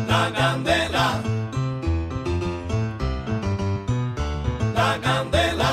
La candela. La candela.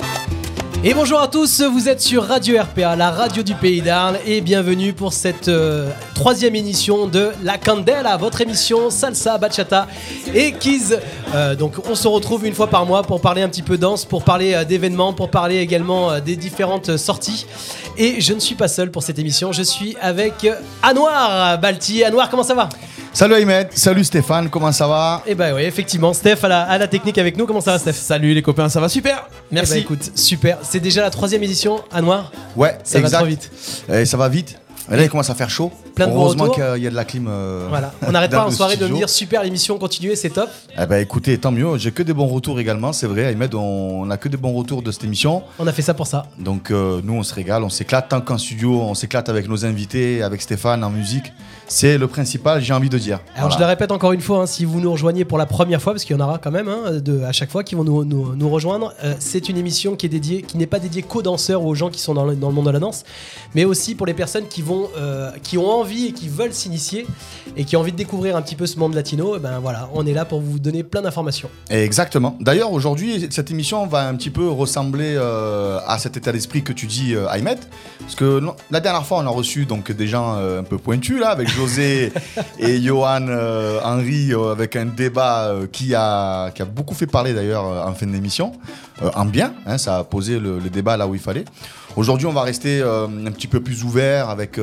Et bonjour à tous, vous êtes sur Radio RPA, la radio du Pays d'Arles, et bienvenue pour cette troisième émission de La Candela, votre émission salsa, bachata et keys. Donc on se retrouve une fois par mois pour parler un petit peu danse, pour parler d'événements, pour parler également des différentes sorties. Et je ne suis pas seul pour cette émission, je suis avec Anouar Balti. Anouar, comment ça va ? Salut Ahmed, salut Stéphane, comment ça va ? Eh ben oui, effectivement, Steph à la technique avec nous. Comment ça va, Steph ? Salut les copains, ça va super. Merci. Eh ben, écoute, super. C'est déjà la troisième édition, Anouar ? Ouais, Ça exact. va trop vite. Et ça va vite. Et là, il commence à faire chaud. Plein de bons Heureusement retours. qu'il y a de la clim. Voilà, on n'arrête dans pas en le soirée de me studio. dire super, l'émission continue, c'est top. Eh ben écoutez, tant mieux. J'ai que des bons retours également. C'est vrai, Ahmed, on a que des bons retours de cette émission. On a fait ça pour ça. Donc nous, on se régale, on s'éclate. Tant qu'en studio, on s'éclate avec nos invités, avec Stéphane en musique. C'est le principal, j'ai envie de dire. Alors je le répète encore une fois, hein, si vous nous rejoignez pour la première fois, parce qu'il y en aura quand même à chaque fois qui vont nous rejoindre, c'est une émission qui n'est pas dédiée qu'aux danseurs ou aux gens qui sont dans le monde de la danse, mais aussi pour les personnes qui ont envie et qui veulent s'initier et qui ont envie de découvrir un petit peu ce monde latino. Et ben voilà, on est là pour vous donner plein d'informations. Exactement. D'ailleurs, aujourd'hui, cette émission va un petit peu ressembler à cet état d'esprit que tu dis, Ahmed. Parce que la dernière fois, on a reçu donc, des gens un peu pointus, là, avec José et Johan Henry, avec un débat qui a beaucoup fait parler, d'ailleurs, en fin d'émission. En bien, hein, ça a posé le débat là où il fallait. Aujourd'hui, on va rester un petit peu plus ouvert avec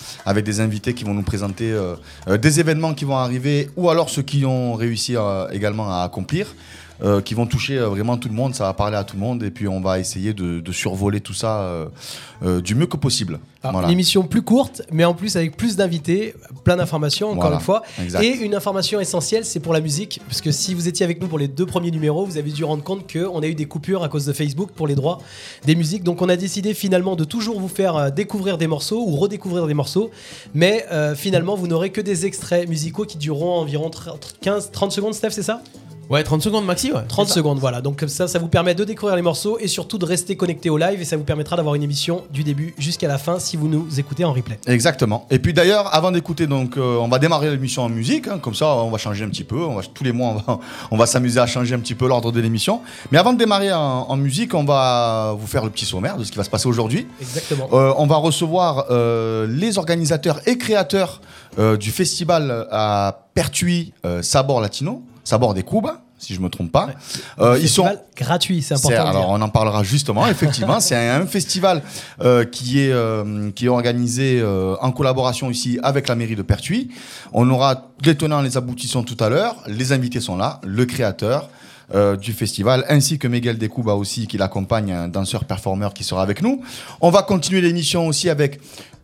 des invités qui vont nous présenter des événements qui vont arriver ou alors ceux qui ont réussi également à accomplir. Qui vont toucher vraiment tout le monde, ça va parler à tout le monde et puis on va essayer de survoler tout ça du mieux que possible. Alors, Voilà. Une émission plus courte, mais en plus avec plus d'invités, plein d'informations, encore Voilà, une fois. exact. Et une information essentielle, c'est pour la musique, parce que si vous étiez avec nous pour les 2 premiers numéros, vous avez dû rendre compte qu'on a eu des coupures à cause de Facebook pour les droits des musiques. Donc on a décidé finalement de toujours vous faire découvrir des morceaux ou redécouvrir des morceaux, mais finalement vous n'aurez que des extraits musicaux qui dureront environ 15-30 secondes, Steph, c'est ça ? Ouais, 30 secondes maxi, ouais. 30 secondes, voilà. Donc comme ça vous permet de découvrir les morceaux et surtout de rester connecté au live et ça vous permettra d'avoir une émission du début jusqu'à la fin si vous nous écoutez en replay. Exactement. Et puis d'ailleurs, avant d'écouter, donc, on va démarrer l'émission en musique, hein, comme ça on va changer un petit peu. Tous les mois, on va s'amuser à changer un petit peu l'ordre de l'émission. Mais avant de démarrer en musique, on va vous faire le petit sommaire de ce qui va se passer aujourd'hui. Exactement. On va recevoir les organisateurs et créateurs du festival à Pertuis Sabor Latino, Sabor de Cuba, si je me trompe pas. Ils sont gratuits, c'est important. alors on en parlera justement. Effectivement, c'est un festival qui est organisé en collaboration ici avec la mairie de Pertuis. On aura les tenants, les aboutissants tout à l'heure. Les invités sont là, le créateur du festival, ainsi que Miguel de Cuba aussi, qui l'accompagne, un danseur-performeur qui sera avec nous. On va continuer l'émission aussi avec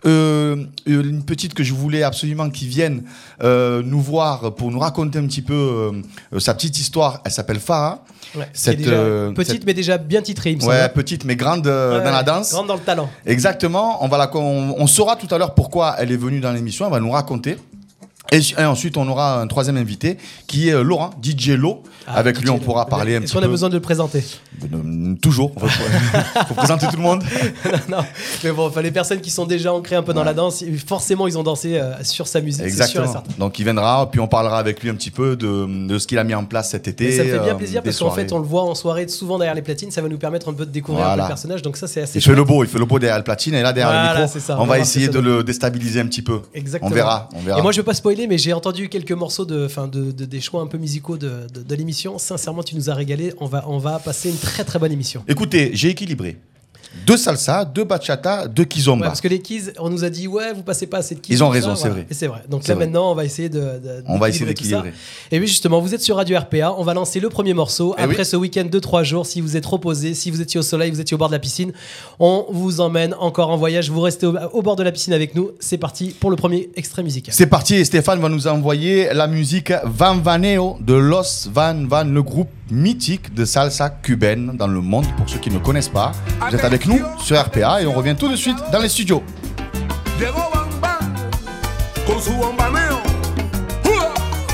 une petite que je voulais absolument qu'il vienne nous voir pour nous raconter un petit peu sa petite histoire. Elle s'appelle Farah. Ouais, petite mais déjà bien titrée, il me semble. Ouais, petite mais grande dans la danse. Grande dans le talent. Exactement. On saura tout à l'heure pourquoi elle est venue dans l'émission. Elle va nous raconter. Et ensuite, on aura un troisième invité qui est Laurent, DJ Lo. Avec lui, on pourra parler un petit peu. Est-ce qu'on a besoin de le présenter ? Toujours. Faut présenter tout le monde. Non, mais bon, les personnes qui sont déjà ancrées un peu dans la danse, forcément, ils ont dansé sur sa musique. Exactement. C'est sûr et certain. Donc, il viendra, puis on parlera avec lui un petit peu de ce qu'il a mis en place cet été. Et ça me fait bien plaisir parce qu'en soirées. fait, on le voit en soirée souvent derrière les platines. Ça va nous permettre un peu de découvrir un peu le personnage. Donc, ça, c'est assez Il fait le beau derrière le platine et là, derrière le micro, c'est ça, on va voir essayer ce que de ça donne. le déstabiliser un petit peu. Exactement. On verra. Et moi, je veux pas spoiler, mais j'ai entendu quelques morceaux des choix un peu musicaux de l'émission. Sincèrement, tu nous as régalé. On va passer une très très bonne émission. Écoutez, j'ai équilibré 2 salsa, 2 bachata, 2 kizomba. Ouais, parce que les keys, on nous a dit vous passez pas assez de keys. Ils ont tout raison, ça, c'est voilà. vrai. Et c'est vrai. Donc C'est là vrai. maintenant, on va essayer d'équilibrer. Et oui, justement, vous êtes sur Radio RPA. On va lancer le premier morceau. Et Après oui. ce week-end de 3 jours, si vous êtes reposé, si vous étiez au soleil, vous étiez au bord de la piscine, on vous emmène encore en voyage. Vous restez au bord de la piscine avec nous. C'est parti pour le premier extrait musical. C'est parti et Stéphane va nous envoyer la musique Van Vaneo de Los Van Van, le groupe mythique de salsa cubaine dans le monde, pour ceux qui ne connaissent pas. Vous êtes avec nous sur RPA et on revient tout de suite dans les studios. Llegó Van Van con su bombaneo. ¡Hua!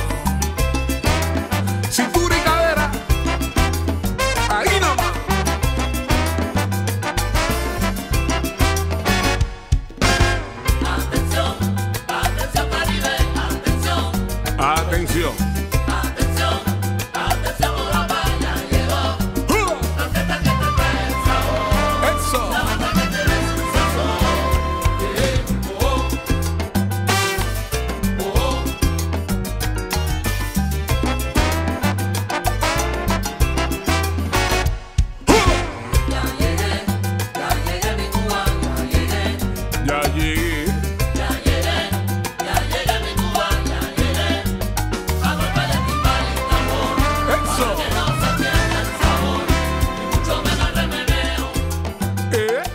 Cintura y cadera. Ahí nomás. Atención, atención Caribe, atención. Atención.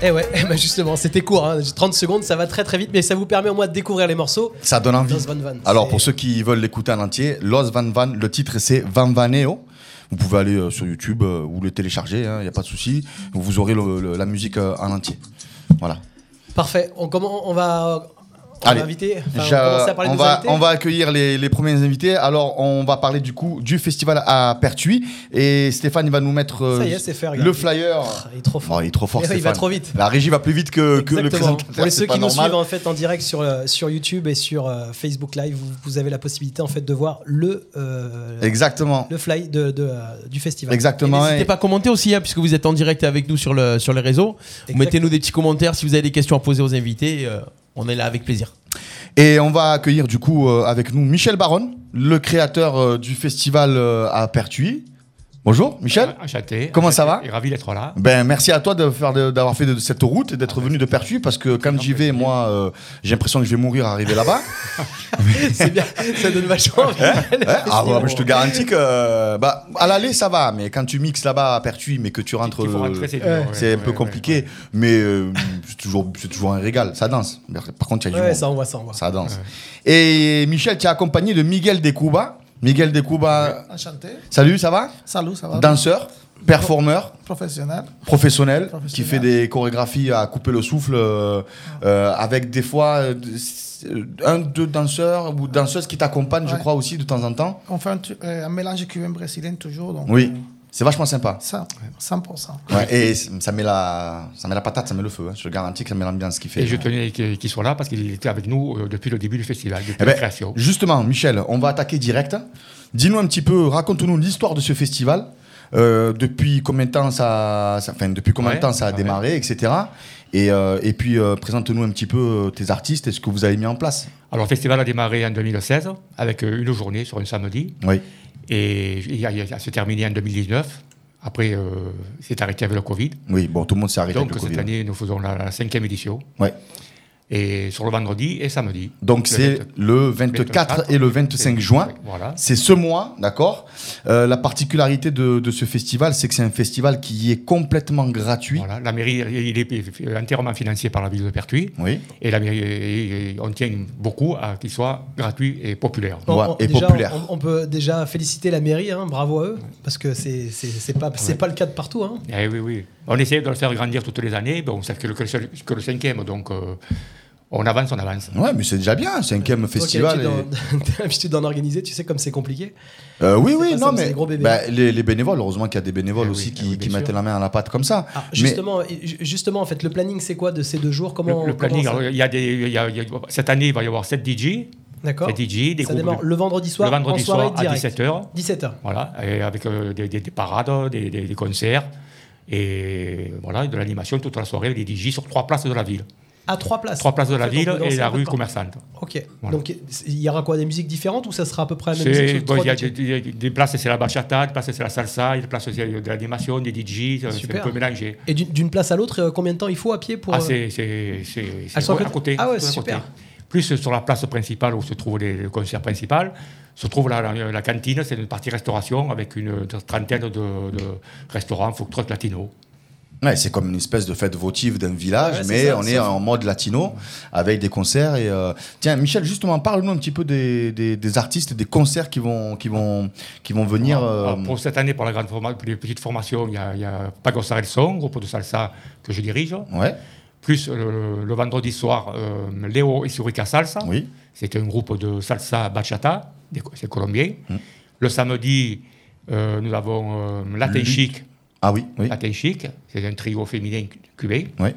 Et ouais, bah justement, c'était court, hein, 30 secondes, ça va très très vite, mais ça vous permet au moins de découvrir les morceaux. Ça donne envie. Los Van Van, Alors, c'est- pour ceux qui veulent l'écouter en entier, Los Van Van, le titre c'est Van Vaneo. Vous pouvez aller sur YouTube ou le télécharger, il n'y a pas de souci. Vous aurez la musique en entier. Voilà. Parfait. On va Allez, inviter. Enfin, on va commencer à parler de nos invités. on va accueillir les premiers invités. Alors, on va parler du coup du festival à Pertuis. Et Stéphane, il va nous mettre Ça y est, c'est fait, regarde. le flyer. Il est trop fort. Oh, il est trop fort, Il va Stéphane. trop vite. La régie va plus vite que le Exactement. présentateur. Pour les c'est ceux pas qui nous normal. suivent en fait en direct sur YouTube et sur Facebook Live, vous avez la possibilité en fait de voir Exactement. le fly du festival. Exactement. N'hésitez pas à commenter aussi, hein, puisque vous êtes en direct avec nous sur les réseaux. Vous Exactement. mettez-nous des petits commentaires si vous avez des questions à poser aux invités. On est là avec plaisir. Et on va accueillir du coup avec nous Michel Baron, le créateur du festival à Pertuis. Bonjour Michel. Enchanté. Comment ça va? Et ravi d'être là. Ben, merci à toi d'avoir fait de cette route et d'être venu de Pertuis parce que quand j'y vais, moi, j'ai l'impression que je vais mourir arrivé là-bas. C'est bien, ça donne vachement envie. Ah ouais, je te garantis que à l'aller ça va, mais quand tu mixes là-bas à Pertuis, mais que tu rentres, Il faut rentrer, c'est dur, c'est un peu compliqué. Mais c'est toujours un régal. Ça danse. Par contre, il y a du Ouais, monde. ça on voit. Ça danse. Et Michel, tu es accompagné de Miguel Decuba. Miguel Decuba, Enchanté. salut, ça va? Salut, ça va? Danseur, performeur, Professionnel. qui fait des chorégraphies à couper le souffle avec des fois deux danseurs ou danseuses qui t'accompagnent, je Ouais. crois aussi de temps en temps. On fait un mélange cubain-brésilien toujours. Donc, Oui, c'est vachement sympa. Ça, 100%. Ouais, et ça met la patate, ça met le feu. Hein. Je te garantis que ça met l'ambiance qu'il fait. Et je tenais qu'il soit là parce qu'il était avec nous depuis le début du festival, depuis Eh la ben, création. justement, Michel, on va attaquer direct. Dis-nous un petit peu, raconte-nous l'histoire de ce festival. Depuis combien de temps ça a démarré, etc. Et puis présente-nous un petit peu tes artistes et ce que vous avez mis en place. Alors, le festival a démarré en 2016 avec une journée sur un samedi. Oui. Et il a se terminé en 2019. Après, c'est arrêté avec le Covid. Oui, bon, tout le monde s'est arrêté Donc, avec le cette Covid. année, nous faisons la 5e édition. Ouais. Et sur le vendredi et samedi. Donc c'est le 24 et le 25 juin. Voilà. C'est ce mois, d'accord. La particularité de ce festival, c'est que c'est un festival qui est complètement gratuit. Voilà. La mairie, il est entièrement financé par la ville de Pertuis. Oui. Et la mairie, on tient beaucoup à qu'il soit gratuit et populaire. Ouais, et déjà, populaire. on peut déjà féliciter la mairie, hein, bravo à eux, parce que c'est pas le cas de partout. Hein. Eh oui. On essaie de le faire grandir toutes les années. Bon, c'est que le 5e, donc on avance. Ouais, mais c'est déjà bien, 5e festival. T'as l'habitude d'en organiser, tu sais comme c'est compliqué. Oui, pas non, ça, c'est mais des gros bébés. les bénévoles, heureusement qu'il y a des bénévoles Eh aussi oui, qui, eh oui, qui bien mettent sûr. la main à la pâte comme ça. Ah, Mais- justement, en fait, le planning, c'est quoi de ces 2 jours? Comment Le planning, comment ça- alors, il y a cette année, il va y avoir 7 DJ. D'accord. 7 DJ, des Ça groupes démarre de- le vendredi soir, le vendredi en soirée soir à direct. 17h. 17h. Voilà, et avec des parades, des concerts. Et voilà, de l'animation toute la soirée, des DJ sur 3 places de la ville. À 3 places. 3 places de la En fait, on ville peut danser et la un peu rue partout. commerçante. Ok. Voilà. Donc, il y aura quoi? Des musiques différentes ou ça sera à peu près la même musique sur Il y a 3 DJ? des places, c'est la bachata, des places, c'est la salsa, des places, c'est de l'animation, des DJ, c'est Super. un peu mélangé. Et d'une place à l'autre, combien de temps il faut à pied pour... C'est Elles sont à côté. Ah ouais, tout à super. côté. Plus sur la place principale où se trouve le concert principal, se trouve la cantine, c'est une partie restauration avec une trentaine de restaurants, food truck latino. Ouais, c'est comme une espèce de fête votive d'un village, Ouais, c'est mais ça, on est en mode latino avec des concerts. Et tiens, Michel, justement, parle-nous un petit peu des artistes, des concerts qui vont venir. Alors, pour cette année, pour les petites formations, il y a Pagos Arelson, groupe de salsa que je dirige. Ouais, Plus le vendredi soir, Léo et Surica Salsa. oui, C'est un groupe de salsa bachata, c'est colombien. Le samedi, nous avons Latin Chic. ah oui, oui, Latin Chic, c'est un trio féminin cubain. oui.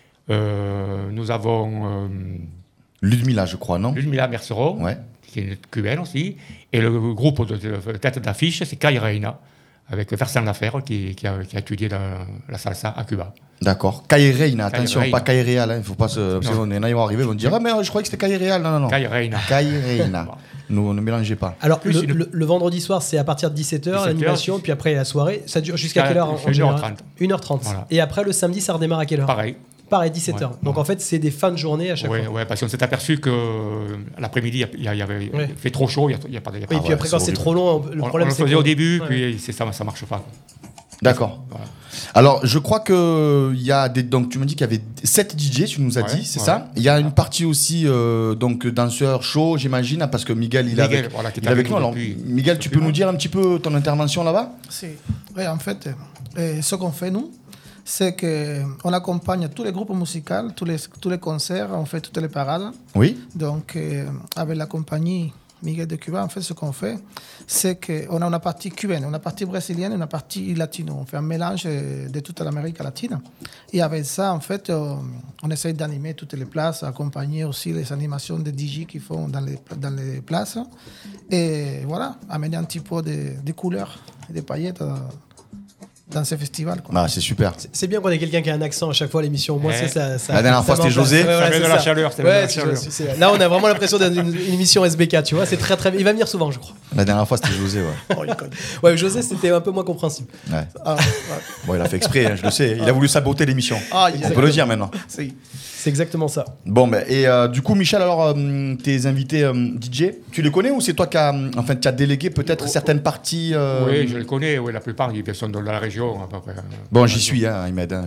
Nous avons Ludmilla, je crois, non? Ludmilla Merceron, Ouais. qui est une cubaine aussi. Et le groupe de tête d'affiche, c'est Kai Reina, avec Versant Laferre, qui a étudié la salsa à Cuba. D'accord. Kai Reina, attention, Reina. pas Kai Real, il faut pas se. Parce qu'on est arriver, ils vont dire ah mais je croyais que c'était Kai Real, non. Kai Reina. Kai Reina. Nous ne mélangez pas. Alors, Plus le vendredi soir, c'est à partir de 17h, 17h, l'animation, puis après la soirée. Ça dure jusqu'à quelle heure en Jusqu'à général 1h30. 1h30. Voilà. Et après, le samedi, ça redémarre à quelle heure? Pareil. Pareil, 17h. Ouais. Donc en fait, c'est des fins de journée à chaque Oui, fois. parce qu'on s'est aperçu que l'après-midi, il Ouais. fait trop chaud, il n'y a pas de. Oui, et puis ouais, après, c'est quand c'est horrible. trop long, le On problème le c'est faisait que- au début, Ouais. puis ça ne marche pas. D'accord. Voilà. Alors, je crois que il y a des. Donc, tu m'as dit qu'il y avait 7 DJ, tu nous as Ouais, dit, c'est ouais. ça? Il y a une partie aussi, donc, danseur show, j'imagine, hein, parce que Miguel, il est Miguel, avec, voilà, qui est il est avec avec nous. nous Alors, depuis- Miguel, tu depuis peux nous moi. dire un petit peu ton intervention là-bas? Oui, en fait, ce qu'on fait, nous, c'est qu'on accompagne tous les groupes musicaux, tous les concerts, on fait toutes les parades. Oui. Donc, avec la compagnie Miguel de Cuba, en fait, ce qu'on fait, c'est qu'on a une partie cubaine, une partie brésilienne, une partie latino. On fait un mélange de toute l'Amérique latine. Et avec ça, en fait, on essaye d'animer toutes les places, accompagner aussi les animations des DJ qui font dans les places. Et voilà, amener un petit peu de couleurs et de paillettes dans ces festivals, quoi. Ah, c'est super. C'est bien qu'on ait quelqu'un qui a un accent à chaque fois à l'émission. Au moins, Ouais. ça. La dernière fois, ça c'était m'en passe. José. Ouais, Ça met c'est de la chaleur, ça met de la chaleur. Là, on a vraiment l'impression d'une émission SBK, tu vois. C'est très, très. Il va venir souvent, je crois. La dernière fois, c'était José, ouais. Oh, il connaît. Ouais, José, c'était un peu moins compréhensible. Ouais. Ah, ouais. Bon, il a fait exprès, hein, je le sais. Il a voulu saboter l'émission. Ah, On peut le dire maintenant. C'est exactement ça. Bon, ben, et du coup, Michel, alors, tes invités DJ, tu les connais ou c'est toi qui as délégué peut-être certaines parties Oui, je les connais, oui, la plupart, ils sont de la région. À peu près. Bon, j'y suis, hein, il m'aide. Hein,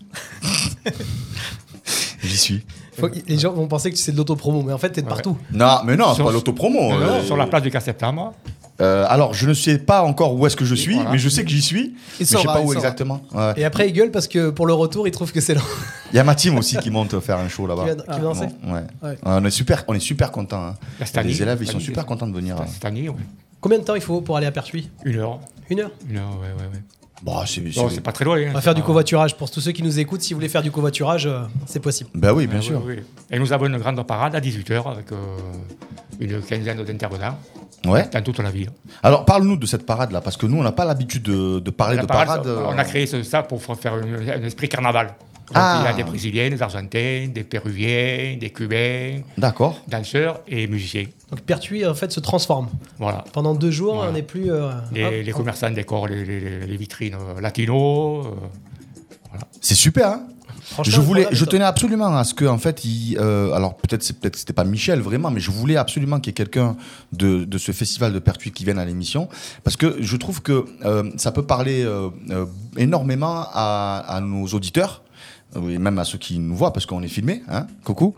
J'y suis. Les gens vont penser que c'est de l'autopromo, mais en fait, t'es de Ouais. partout. Non, mais non, c'est Sur- pas l'autopromo. Sur la place du 4 septembre. Alors, je ne sais pas encore où est-ce que je suis, Voilà. mais je sais que j'y suis. Mais je sais saura, pas il où saura. exactement. Ouais. Et après, il gueule parce que pour le retour, il trouve que c'est lent. Il y a ma team aussi qui monte faire un show là-bas. Qui va danser. Bon, ouais. Ouais. On est super contents. Hein. La Stani. Les élèves, ils sont Stani, super contents de venir. Cette année, oui. Combien de temps il faut pour aller à Pertuis 1 heure. 1 heure. 1 heure, ouais. Bon, c'est. Non, c'est pas très loin. Hein. On va faire du covoiturage. Pour tous ceux qui nous écoutent, si vous voulez faire du covoiturage, c'est possible. Bah oui, bien sûr. Oui. Et nous avons une grande parade à 18h avec une quinzaine d'intervenants Ouais. dans toute la ville. Alors, parle-nous de cette parade-là, parce que nous, on n'a pas l'habitude de parler La de parade. on a créé ça pour faire un esprit carnaval. Donc, Ah. il y a des Brésiliens, des Argentins, des Péruviens, des Cubains, D'accord. danseurs et musiciens. Donc Pertuis, en fait, se transforme. Voilà. Pendant 2 jours, Voilà. on n'est plus. Les commerçants décorent les vitrines latinos. C'est super, hein. Franchement, Je tenais absolument à ce que, en fait, alors peut-être que c'était pas Michel vraiment, mais je voulais absolument qu'il y ait quelqu'un de ce festival de Pertuis qui vienne à l'émission, parce que je trouve que ça peut parler énormément à nos auditeurs. Et même à ceux qui nous voient parce qu'on est filmé, hein, coucou.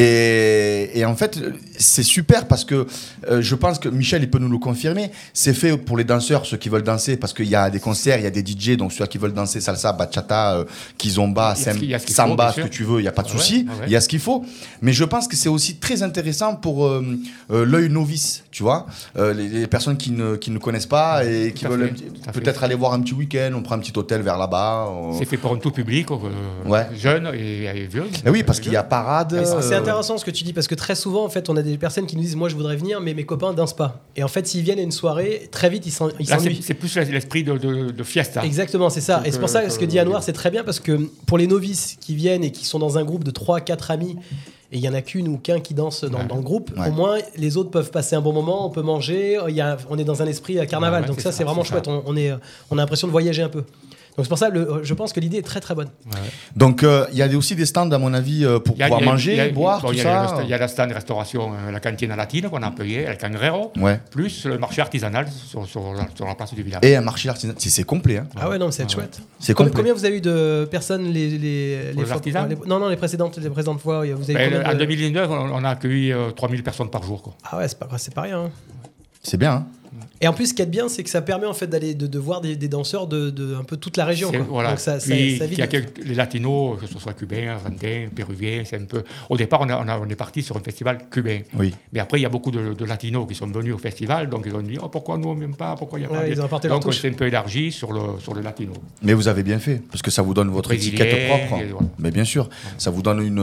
Et en fait, c'est super parce que je pense que Michel, il peut nous le confirmer. C'est fait pour les danseurs, ceux qui veulent danser, parce qu'il y a des concerts, il y a des DJ, donc ceux qui veulent danser salsa, bachata, kizomba, Il y a ce qu'il samba, faut, ce bien que sûr. tu veux, il n'y a pas de Ouais, souci. ouais. Il y a ce qu'il faut. Mais je pense que c'est aussi très intéressant pour l'œil novice, tu vois, les personnes qui ne connaissent pas et qui Tout à veulent fait, tout à fait. peut-être aller voir un petit week-end, on prend un petit hôtel vers là-bas. C'est fait pour un tout public, Ouais. jeunes et vieux. Et oui, parce qu'il y a parade. C'est intéressant ce que tu dis parce que très souvent en fait on a des personnes qui nous disent moi je voudrais venir mais mes copains dansent pas et en fait s'ils viennent à une soirée très vite ils Là, s'ennuient. c'est plus l'esprit de fiesta. Exactement, c'est ça. Donc, Et c'est pour ça que ce que dit Anouar, c'est très bien parce que pour les novices qui viennent et qui sont dans un groupe de 3-4 amis et il n'y en a qu'une ou qu'un qui danse dans le groupe, Ouais. au moins les autres peuvent passer un bon moment, on peut manger, on est dans un esprit carnaval. Ouais, donc c'est ça, ça, c'est vraiment c'est chouette. ça. On a l'impression de voyager un peu. Donc c'est pour ça, je pense que l'idée est très très bonne. Donc il y a aussi des stands, à mon avis, pour pouvoir manger, boire, tout ça. Il y a la stand restauration, la cantine latine qu'on a appelée, El Cangrero, Ouais. plus le marché artisanal sur la place du village. Et un marché artisanal, c'est complet. Hein. Ah ouais, non, c'est chouette. C'est complet. Combien vous avez eu de personnes les Pour les artisans Non, les précédentes fois, vous avez Ben, combien en de- 2019, on a accueilli 3000 personnes par jour. Quoi. Ah ouais, c'est pas rien. Hein. C'est bien. Hein. Et en plus, ce qui est bien, c'est que ça permet en fait d'aller de voir des danseurs de un peu toute la région. C'est- Quoi. Voilà. Donc ça Puis, vide. il y a les latinos, que ce soit cubains, argentins, péruviens, c'est un peu. Au départ, on est parti sur un festival cubain. Oui. Mais après, il y a beaucoup de latinos qui sont venus au festival, donc ils ont dit pourquoi nous on n'aime pas, pourquoi il n'y a pas. Ouais, de- ils ont apporté leur donc on touche. s'est un peu élargi sur le latino. Mais vous avez bien fait, parce que ça vous donne votre Brésilien, étiquette propre. et voilà. Mais bien sûr, ça vous donne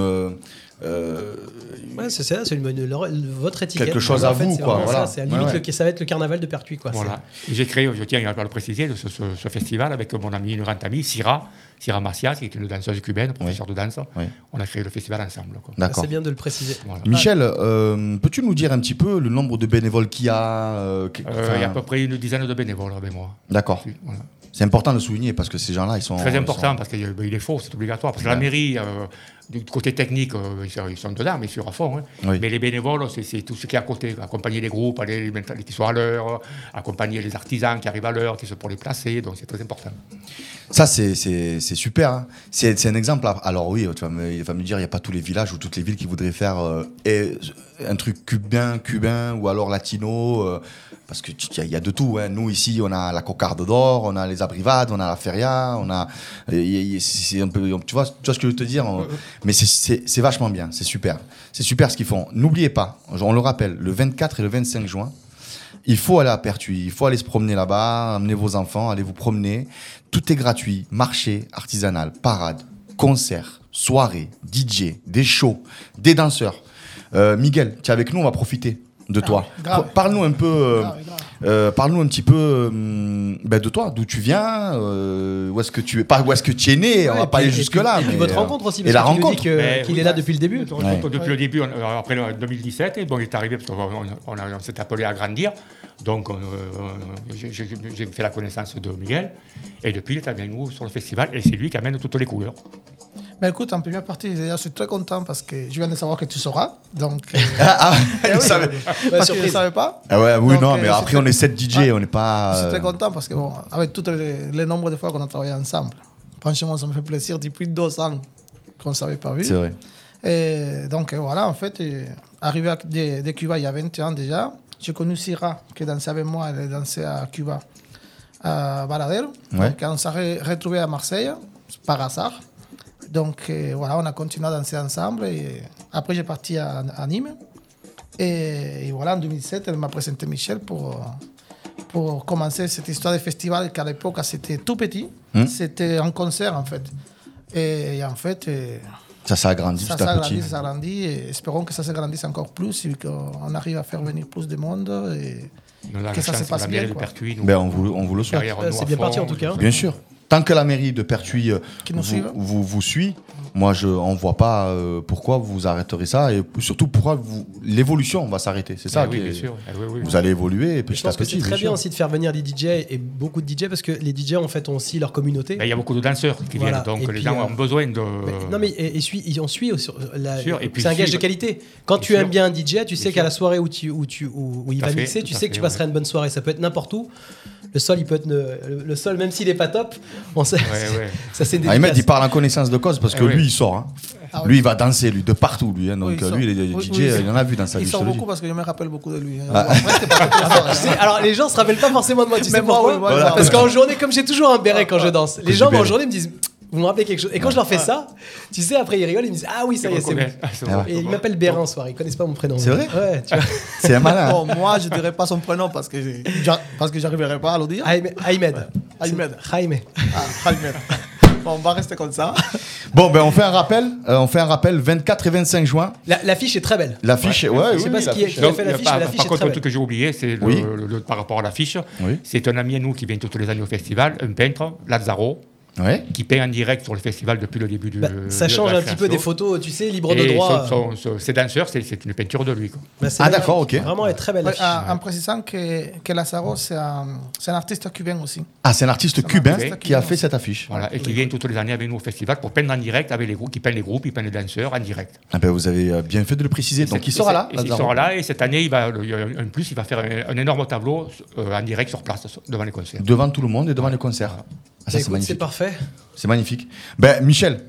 Ouais, c'est ça, c'est votre étiquette. Quelque chose à En fait, vous, c'est quoi, vraiment voilà. ça, c'est limite Ouais. ça va être le carnaval de Pertuis, quoi. Voilà. Et j'ai créé, je tiens à le préciser, ce festival avec mon ami, une grande amie, Syrah Macias, qui est une danseuse cubaine, professeure de danse. Oui. On a créé le festival ensemble. Quoi. D'accord. C'est bien de le préciser. Voilà. Michel, peux-tu nous dire un petit peu le nombre de bénévoles qu'il y a Il y a à peu près une dizaine de bénévoles avec moi. D'accord. Voilà. C'est important de le souligner parce que ces gens-là, ils sont. Très ils important sont- parce qu'il est faux, c'est obligatoire. Parce que la mairie du côté technique, ils sont dedans, mais sur à fond. Hein. Oui. Mais les bénévoles, c'est tout ce qui est à côté. Accompagner les groupes, aller qui soient à l'heure, accompagner les artisans qui arrivent à l'heure, qui sont pour les placer. Donc c'est très important. Ça, c'est super. Hein. C'est un exemple. Alors oui, il va me dire, il n'y a pas tous les villages ou toutes les villes qui voudraient faire un truc cubain ou alors latino. Parce qu'il y a de tout. Hein. Nous, ici, on a la cocarde d'or, on a les abrivades, on a la feria, on a... C'est un peu, tu vois ce que je veux te dire. Mais c'est vachement bien, c'est super. C'est super ce qu'ils font. N'oubliez pas, on le rappelle, le 24 et le 25 juin, il faut aller à Pertuis, il faut aller se promener là-bas, amener vos enfants, allez vous promener. Tout est gratuit, marché artisanal, parade, concert, soirée, DJ, des shows, des danseurs. Miguel, tu es avec nous, on va profiter de toi. Parle-nous un peu, parle-nous un petit peu de toi, d'où tu viens, où est-ce que tu es, pas où est-ce que tu es né, on va pas aller jusque-là. Et puis votre rencontre aussi, parce et la que tu nous rencontre. dis qu'il est là depuis le début. Depuis le début, après 2017, bon, il est arrivé parce qu'on s'est appelé à grandir. Donc j'ai fait la connaissance de Miguel et depuis il est avec nous sur le festival et c'est lui qui amène toutes les couleurs. Mais écoute, en première partie, je suis très content parce que je viens de savoir que tu sauras. Donc, Il savait. parce que je ne savais pas. Ah ouais, oui, Donc, non, mais après on est 7 DJ, on n'est Je pas. suis très content parce que, bon, avec tous les nombres de fois qu'on a travaillé ensemble, franchement, ça me fait plaisir. Depuis 2 ans qu'on ne s'avait pas vu. C'est vrai. Et donc, voilà, en fait, arrivé de Cuba il y a 20 ans déjà, j'ai connu Syrah qui dansait avec moi. Elle dansait à Cuba, à Baradero. Ouais. Donc, on s'est retrouvés à Marseille par hasard. Donc voilà, on a continué à danser ensemble. Et après, j'ai parti à Nîmes. Et voilà, en 2007, elle m'a présenté Michel pour commencer cette histoire de festival qu'à l'époque, c'était tout petit. C'était un concert, en fait. Et en fait... Ça s'agrandit petit à petit. Ça s'agrandit et espérons que ça s'agrandisse encore plus et qu'on arrive à faire venir plus de monde et que ça se passe bien. On vous le souhaite. C'est bien parti en tout cas. Bien sûr. Tant que la mairie de Pertuis vous suit, moi je ne vois pas pourquoi vous arrêterez ça et surtout pourquoi l'évolution va s'arrêter. C'est ça. Oui, bien sûr. Vous allez évoluer petit à petit. Je pense que c'est très bien aussi de faire venir des DJ et beaucoup de DJ parce que les DJ en fait ont aussi leur communauté. Il y a beaucoup de danseurs qui viennent, donc les gens ont besoin de. Non mais on suit puis c'est un gage de qualité. Quand tu aimes bien un DJ, tu sais qu'à la soirée où il va mixer, tu sais que tu passeras une bonne soirée. Ça peut être n'importe où. Le sol, il peut être le sol, même s'il n'est pas top. On sait, ça c'est délicat. Ahmed, il parle en connaissance de cause parce que lui, il sort. Hein. Ah, lui, il va danser, lui, de partout, lui. Hein. Donc, lui, les DJ, il en a vu dans sa vie. Il sort beaucoup parce que je me rappelle beaucoup de lui. Alors, les gens se rappellent pas forcément de moi. Tu sais moi, pourquoi voilà. Parce qu'en journée, comme j'ai toujours un béret quand je danse, les gens en journée me disent. Vous me rappelez quelque chose. Et quand je leur fais ça, tu sais, après ils rigolent, ils me disent ah oui, ça y est, c'est bon. Et ils m'appellent Bérin ce soir, ils connaissent pas mon prénom. C'est vrai? Ouais, tu vois. C'est un malin. Bon, moi, je dirais pas son prénom parce que j'arriverai pas à le dire. Ahmed. Jaime. Jaime. Bon, on va rester comme ça. Bon, ben on fait un rappel 24 et 25 juin. L'affiche est très belle. L'affiche, Je sais pas qui a fait l'affiche, mais l'affiche est par contre, très un truc que belle. j'ai oublié, c'est par rapport à l'affiche. Oui. C'est un ami à nous qui vient tous les années au festival, un peintre, Lazzaro, Ouais. qui peint en direct sur le festival depuis le début du. Ça change un petit peu des photos, tu sais, libre de droit. Ses danseurs, c'est une peinture de lui. Quoi. D'accord, ok. Vraiment, elle est très belle. Ouais, l'affiche. en précisant que Lazaro, c'est un artiste cubain aussi. Ah, c'est un artiste cubain artiste qui a fait cette affiche. Voilà, et qui vient toutes les années avec nous au festival pour peindre en direct avec les groupes, qui peint les groupes, il peint les danseurs en direct. Ah ben, vous avez bien fait de le préciser. Donc, il sera là. Il sera là, et cette année, il va faire un énorme tableau en direct sur place, devant les concerts. Devant tout le monde et devant les concerts. Ah, ça, c'est Écoute, magnifique. c'est parfait. C'est magnifique. Ben, Michel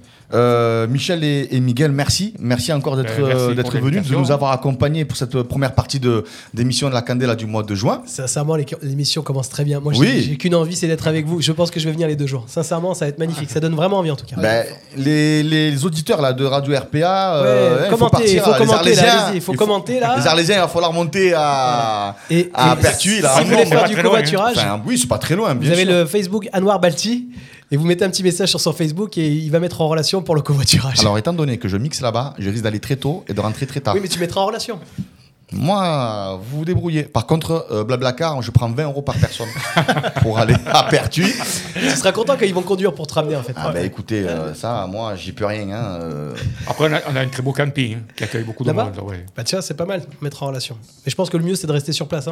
et Miguel, merci encore d'être venus, de nous avoir accompagnés pour cette première partie d'émission de la Candela du mois de juin. Sincèrement, l'émission commence très bien. Moi, Oui. j'ai qu'une envie, c'est d'être avec vous. Je pense que je vais venir les 2 jours. Sincèrement, ça va être magnifique. Ça donne vraiment envie en tout cas. Ben, les auditeurs là, de Radio RPA, Ouais, commentez, il faut commenter là, allez-y, il faut commenter là. Les Arlésiens, il va falloir monter à Pertuis. Là, si vous voulez faire du covoiturage, oui, c'est pas très loin. vous avez le Facebook Anwar Balti et vous mettez un petit message sur son Facebook et il va mettre en relation pour le covoiturage. Alors, étant donné que je mixe là-bas, je risque d'aller très tôt et de rentrer très tard. Oui, mais tu mettras en relation. Moi, vous vous débrouillez. Par contre, Blablacar, je prends 20 € par personne pour aller à Pertuis. Tu seras content quand ils vont conduire pour te ramener en fait. Ah bah écoutez, ça, moi, j'y peux rien. Après, on a un très beau camping qui accueille beaucoup de Là-bas monde. Ouais. Bah tiens, c'est pas mal, mettre en relation. Mais je pense que le mieux, c'est de rester sur place. Hein.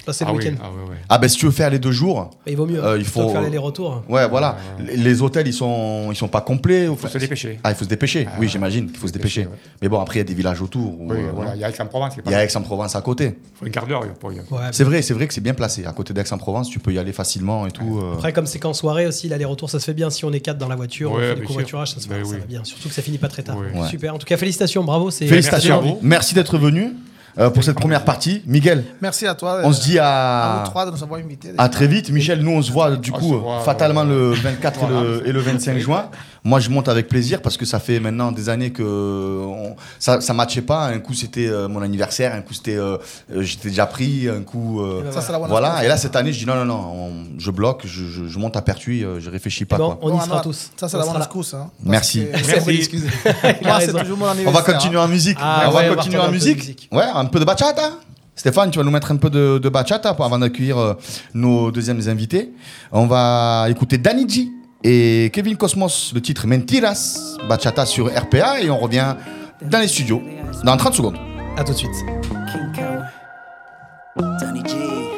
passer le week-end. Ah ben si tu veux faire les 2 jours, Il vaut mieux. il faut faire l'aller-retour. Ouais, voilà. Les hôtels, ils sont pas complets. Il faut se dépêcher. Ah, il faut se dépêcher. Oui, j'imagine qu'il faut se dépêcher. ouais. Mais bon, après, il y a des villages autour. Oui, voilà, il y a Aix-en-Provence. Il y a Aix-en-Provence à côté. Il faut une quart d'heure pour y aller. Ouais. C'est vrai que c'est bien placé. À côté d'Aix-en-Provence, tu peux y aller facilement et tout. Après, comme c'est qu'en soirée aussi, l'aller-retour, ça se fait bien. Si on est 4 dans la voiture, on Ouais, fait du bien covoiturage, ça sûr. va bien. Surtout que ça finit pas très tard. Ouais. Super. En tout cas, félicitations, bravo. Félicitations. Merci à vous. Merci d'être venu pour cette première partie. Miguel, Merci à toi. on se dit à vous trois de nous avoir invités. à très vite. Michel, nous, on se voit du On coup se voit, fatalement le 24 Voilà. et le 25 juin. Moi, je monte avec plaisir parce que ça fait maintenant des années que ça matchait pas. Un coup, c'était mon anniversaire. Un coup, c'était j'étais déjà pris. Un coup, Ça, c'est la bonne voilà. chose. Et là, cette année, je dis non, je bloque. Je monte à Pertuis. Je réfléchis pas. Bon, Quoi. on y Bon, sera non, tous. Ça, c'est On la sera bonne là. excuse. Hein, Merci. parce que- C'est une bonne excuse. Il a Moi, c'est raison. toujours mon On anniversaire. va continuer en musique. Ah, on ouais, va on va continuer retourner en un peu de musique. musique. Ouais, un peu de bachata. Stéphane, tu vas nous mettre un peu de bachata avant d'accueillir nos deuxièmes invités. On va écouter Danny G et Kevin Cosmos, le titre Mentiras, bachata sur RPA, et on revient dans les studios dans 30 secondes. À tout de suite. King Cow, Danny G.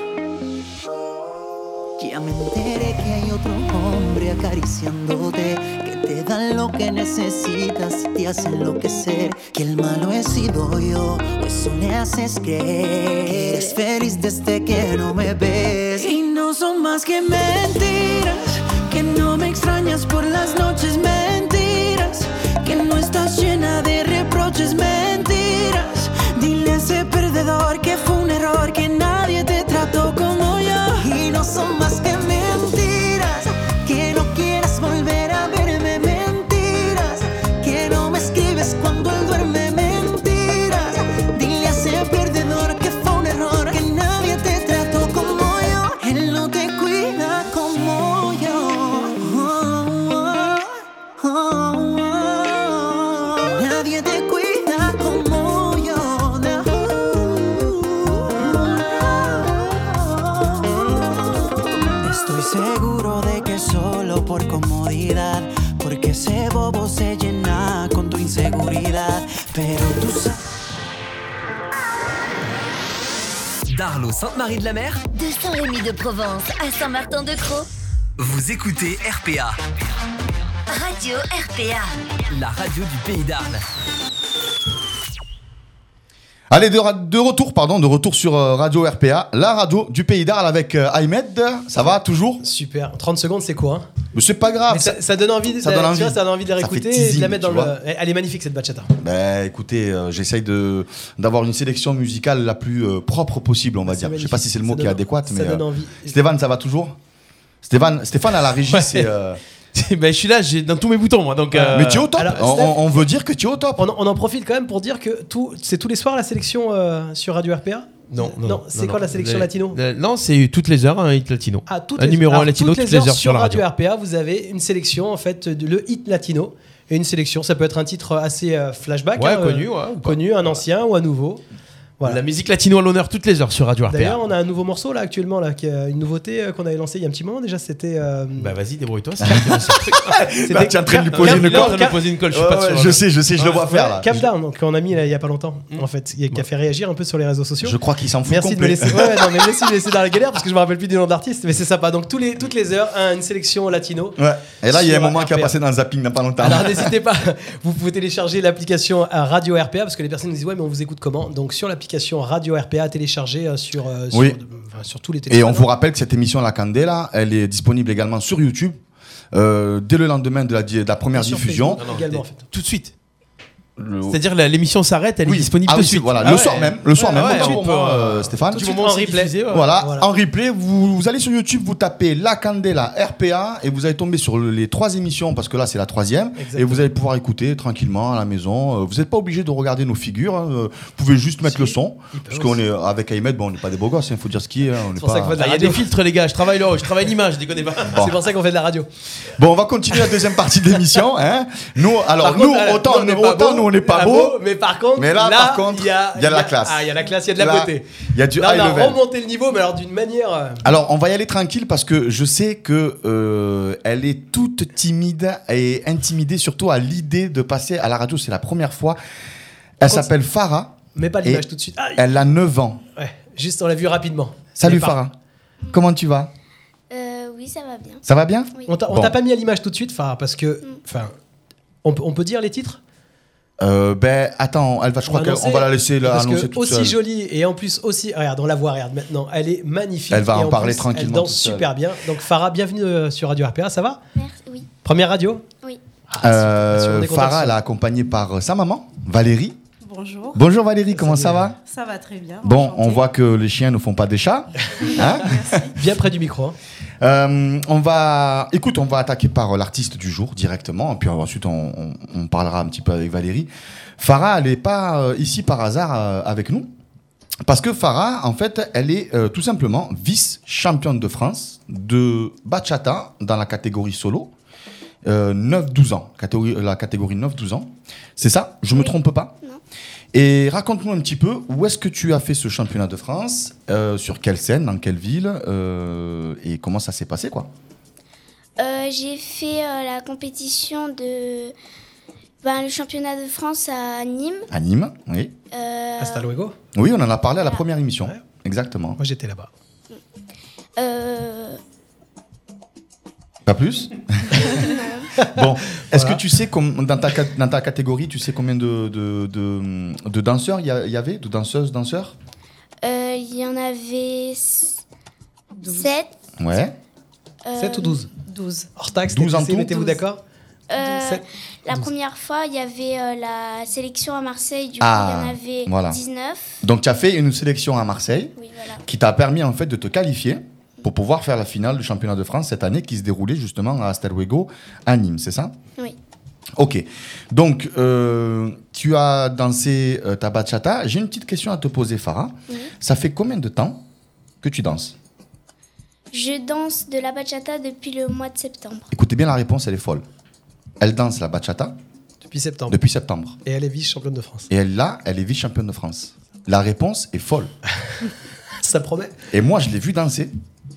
Ya me enteré que hay otro hombre acariciándote, que te dan lo que necesitas y te hace enloquecer. Que el malo he sido yo, o eso le haces creer. Que eres feliz desde que no me ves. Y no son más que mentiras, que no me extrañas por las noches, mentiras. Que no estás llena de reproches, mentiras. Dile a ese perdedor que fue un error, que nadie te trató como yo. Y no son más que mentiras, que no quieras volver a verme, mentiras. Que no me escribes cuando él duerme, mentiras. Dile a ese perdedor que fue un error, que nadie te trató como yo. Él no te cuida como yo. Nadie te cuida como yo. Estoy seguro de que solo por comodidad, porque ese bobo se llena con tu inseguridad. Pero tú sabes. D'Arlos, Sainte-Marie-de-la-Mer, De Saint-Rémy-de-Provence à Saint-Martin-de-Crau. vous écoutez RPA, Radio RPA. la radio du Pays d'Arles. Allez, de retour sur Radio RPA, la radio du Pays d'Arles avec Ahmed. Ça va toujours? Super. 30 secondes, c'est quoi, hein? Mais c'est pas grave. Mais ça donne envie, ça donne tu envie. vois, ça donne envie de la Ça fait réécouter et de la teasing, mettre dans tu vois. Elle est magnifique cette bachata. Ben, écoutez, j'essaye d'avoir une sélection musicale la plus propre possible, on va C'est dire. Je sais pas si c'est le mot magnifique. qui est adéquat, Ça mais donne envie. Stéphane, ça va toujours? Stéphane à la régie, Ouais. c'est. Ben, je suis là, j'ai dans tous mes boutons, moi. Donc, Mais tu es au top. alors, On veut dire que tu es au top. On en profite quand même pour dire que c'est tous les soirs la sélection sur Radio RPA. Non, c'est quoi la sélection latino? Non, c'est toutes les heures un hit latino. Ah, Un numéro 1 latino toutes les heures sur la radio. RPA, vous avez une sélection en fait le hit latino et une sélection. Ça peut être un titre assez flashback, Ouais, hein, connu, ouais, ou pas. connu, un ancien ou un nouveau. Voilà. La musique latino à l'honneur toutes les heures sur Radio RPA. D'ailleurs, on a un nouveau morceau là actuellement là, qui a une nouveauté qu'on avait lancée il y a un petit moment déjà. C'était. Bah vas-y, débrouille-toi. Bah, tu es en train de lui poser une colle. Je suis pas sûr. Je sais, je le vois faire là. Cap Down, donc on a mis là, il y a pas longtemps, en fait, qui a fait réagir un peu sur les réseaux sociaux. Je crois qu'il s'en fout Merci de me complet. laisser. Ouais, non, mais merci de me laisser dans la galère parce que je me rappelle plus du nom de l'artiste, mais c'est sympa. Donc toutes les heures, une sélection latino. Ouais. Et là, il y a un Sur moment qui a RPA. passé dans le zapping il n'y a pas longtemps. Alors n'hésitez pas, vous pouvez télécharger l'application Radio RPA parce que les personnes nous disent ouais mais on vous écoute comment? Donc sur l'application Radio RPA téléchargée Oui. sur tous les téléphones. Et on vous rappelle que cette émission La Candela, elle est disponible également sur YouTube dès le lendemain de la première Sur diffusion. Facebook également en fait. Tout de suite. C'est-à-dire l'émission s'arrête, elle est disponible ah de oui, suite. Voilà, Ah le ouais. soir même. Le soir Ouais, même, ouais, autant tu pour peux, moi, Stéphane. tout de Du suite moment en où c'est replay. diffusé, ouais. Voilà, Voilà. en replay, vous allez sur YouTube, vous tapez La Candela RPA et vous allez tomber sur les 3 émissions parce que là c'est la 3e Exactement. et vous allez pouvoir écouter tranquillement à la maison. Vous n'êtes pas obligé de regarder nos figures, hein. Vous pouvez juste mettre le son parce qu'on est avec Ahmed, bon, on n'est pas des beaux gosses, il faut dire ce qui est. On n'est pour ça pas... qu'il faut Ah, il y a des filtres, les gars. Je travaille l'image, déconnez pas. C'est pour ça qu'on fait de la radio. Bon, on va continuer la deuxième partie de l'émission. Hein. Nous, autant nous on n'est pas beaux. Mais par contre, Mais là, par contre, il y a de la classe. Ah, il y a la classe, il y a de la Là, beauté. il y a du Là, high on a level. remonté le niveau, mais alors d'une manière. Alors, on va y aller tranquille parce que je sais que elle est toute timide et intimidée, surtout à l'idée de passer à la radio. C'est la première fois. Elle s'appelle Farah. Mais pas Et l'image tout de suite. Ah, Elle a 9 ans. ouais. Juste, on l'a vu rapidement. Salut Elle part. Farah. Comment tu vas? Oui, ça va bien. Ça va bien? Oui. On t'a Bon. pas mis à l'image tout de suite, Farah, parce que. Enfin, on peut dire les titres? Attends, je crois annoncer, qu'on va la laisser là, parce annoncer que toute aussi seule. jolie et en plus aussi. Regarde, on la voit, regarde maintenant. Elle est magnifique. Elle va et en parler plus, tranquillement Elle danse toute seule. super bien. Donc, Farah, bienvenue sur Radio RPA, ça va? Merci, oui. Première radio? Oui. On est content Farah, que elle est accompagnée par sa maman, Valérie. Bonjour. Bonjour Valérie, comment ça va? Ça va très bien. Bon, enchantée. on voit que les chiens ne font pas des chats. Hein? bien près du micro. Hein. On va attaquer par l'artiste du jour directement, et puis ensuite on parlera un petit peu avec Valérie. Farah, elle n'est pas ici par hasard avec nous, parce que Farah, en fait, elle est tout simplement vice-championne de France de bachata dans la catégorie solo, 9-12 ans, la catégorie 9-12 ans. C'est ça? Je me trompe pas? Non. Et raconte-nous un petit peu, où est-ce que tu as fait ce championnat de France, sur quelle scène, dans quelle ville, et comment ça s'est passé, quoi? J'ai fait la compétition de le championnat de France à Nîmes. À Nîmes, oui. Hasta luego. Oui, on en a parlé à la première émission. Ouais. Exactement. Moi, j'étais là-bas. Pas plus? Bon, est-ce que tu sais, dans ta catégorie, tu sais combien de danseurs il y avait, de danseuses, danseurs? Il y en avait 7. Ouais. 7 ou 12? 12. Hors taxe, 12 en tout. mettez-vous d'accord? La 12. première fois, il y avait la sélection à Marseille. Du coup, Ah, il y en avait voilà. 19. Donc tu as fait une sélection à Marseille Oui, voilà. qui t'a permis en fait de te qualifier pour pouvoir faire la finale du championnat de France cette année qui se déroulait justement à Hasta luego à Nîmes, c'est ça? Oui. Ok. Donc tu as dansé ta bachata. J'ai une petite question à te poser, Farah. Oui. Ça fait combien de temps que tu danses? Je danse de la bachata depuis le mois de septembre. Écoutez bien, la réponse, elle est folle. Elle danse la bachata Depuis septembre. depuis septembre. Et elle est vice-championne de France. Et elle est vice-championne de France. La réponse est folle. Ça promet. Et moi, je l'ai vu danser.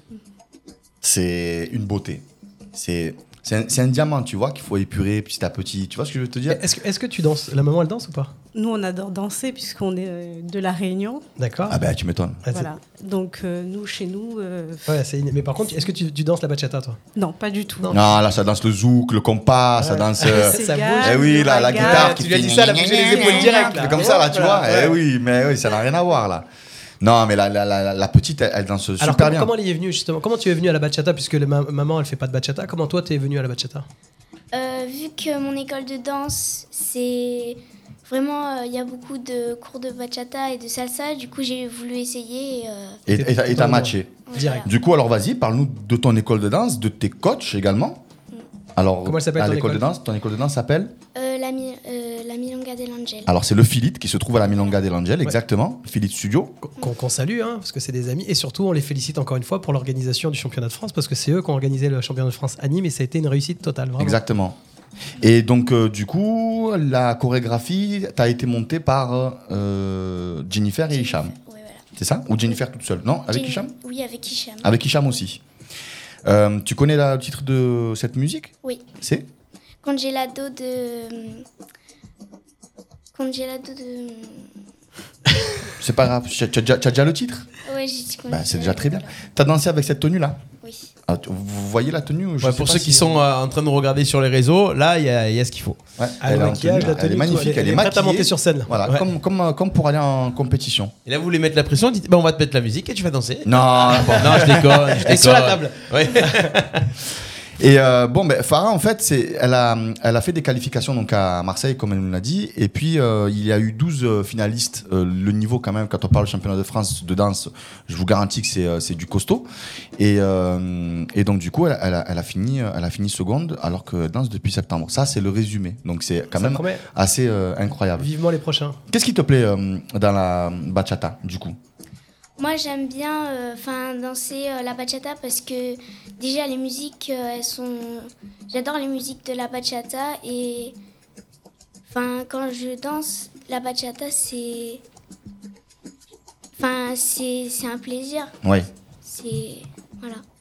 C'est une beauté. C'est un diamant, tu vois, qu'il faut épurer petit à petit. Tu vois ce que je veux te dire? Est-ce que tu danses? La maman, elle danse ou pas? Nous, on adore danser puisqu'on est de La Réunion. D'accord. Ah ben, tu m'étonnes. Ah, c'est- Voilà. Donc, nous, chez nous... Ouais, mais par contre, est-ce que tu danses la bachata, toi? Non, pas du tout. Non. Non, là, ça danse le zouk, le compas, ça Ouais. danse... Ça bouge. Eh oui, la guitare qui Tu lui as fait dit ça, elle a bougé les épaules direct, là. comme ça, là, tu Voilà, vois. ouais. Eh oui, mais oui, ça n'a rien à voir, là. Non, mais la petite, elle danse super Alors, bien. comment elle y est venue, justement? Comment tu es venue à la bachata, puisque maman, elle fait pas de bachata? Comment toi, tu es venue à la bachata? Vu que mon école de danse, c'est vraiment, il y a beaucoup de cours de bachata et de salsa. Du coup, j'ai voulu essayer. Et t'as matché. Direct. Du coup, alors vas-y, parle-nous de ton école de danse, de tes coachs également. Alors, Comment elle s'appelle, ton l'école de école danse? Ton école de danse s'appelle? La Milonga dell'Angel. Alors, c'est le Philite qui se trouve à la Milonga dell'Angel, exactement. Philite Studio. Qu'on salue, hein, parce que c'est des amis. Et surtout, on les félicite encore une fois pour l'organisation du championnat de France, parce que c'est eux qui ont organisé le championnat de France à Nîmes, et ça a été une réussite totale, vraiment. Exactement. Et donc, du coup, la chorégraphie t'a été montée par Jennifer et Hicham. Oui, voilà. C'est ça? Ou Jennifer toute seule? Non? Avec Hicham? Oui, avec Hicham. Avec Hicham aussi. Tu connais le titre de cette musique? Oui. C'est? Congelado de. Congelado de. C'est pas grave. Tu as déjà le titre? Ouais, j'ai dit Bah, c'est déjà très bien. T'as dansé avec cette tenue-là? Oui. Ah, vous voyez la tenue? Je Ouais, sais pour pas ceux si- qui sont en train de regarder sur les réseaux, là, il y a ce qu'il faut. Ouais, Ah, le elle est en maquillage, tenue, la tenue, elle est magnifique, tout, elle est prête à maquillée. monter sur scène. Voilà, Ouais. comme pour aller en compétition. Et là, vous voulez mettre la pression, dites, on va te mettre la musique et tu vas danser. Non, bon. Non, je déconne. Et sur la table. Ouais. Et Farah, en fait, elle a fait des qualifications donc à Marseille, comme elle nous l'a dit. Et puis, il y a eu 12 finalistes. Le niveau, quand même, quand on parle du championnat de France de danse, je vous garantis que c'est du costaud. Et donc, du coup, elle a fini seconde, alors qu'elle danse depuis septembre. Ça, c'est le résumé. Donc, c'est quand Ça même promet. assez incroyable. Vivement les prochains. Qu'est-ce qui te plaît dans la bachata, du coup? Moi, j'aime bien danser la bachata parce que déjà les musiques, elles sont. J'adore les musiques de la bachata et quand je danse la bachata, c'est un plaisir. Oui. C'est voilà.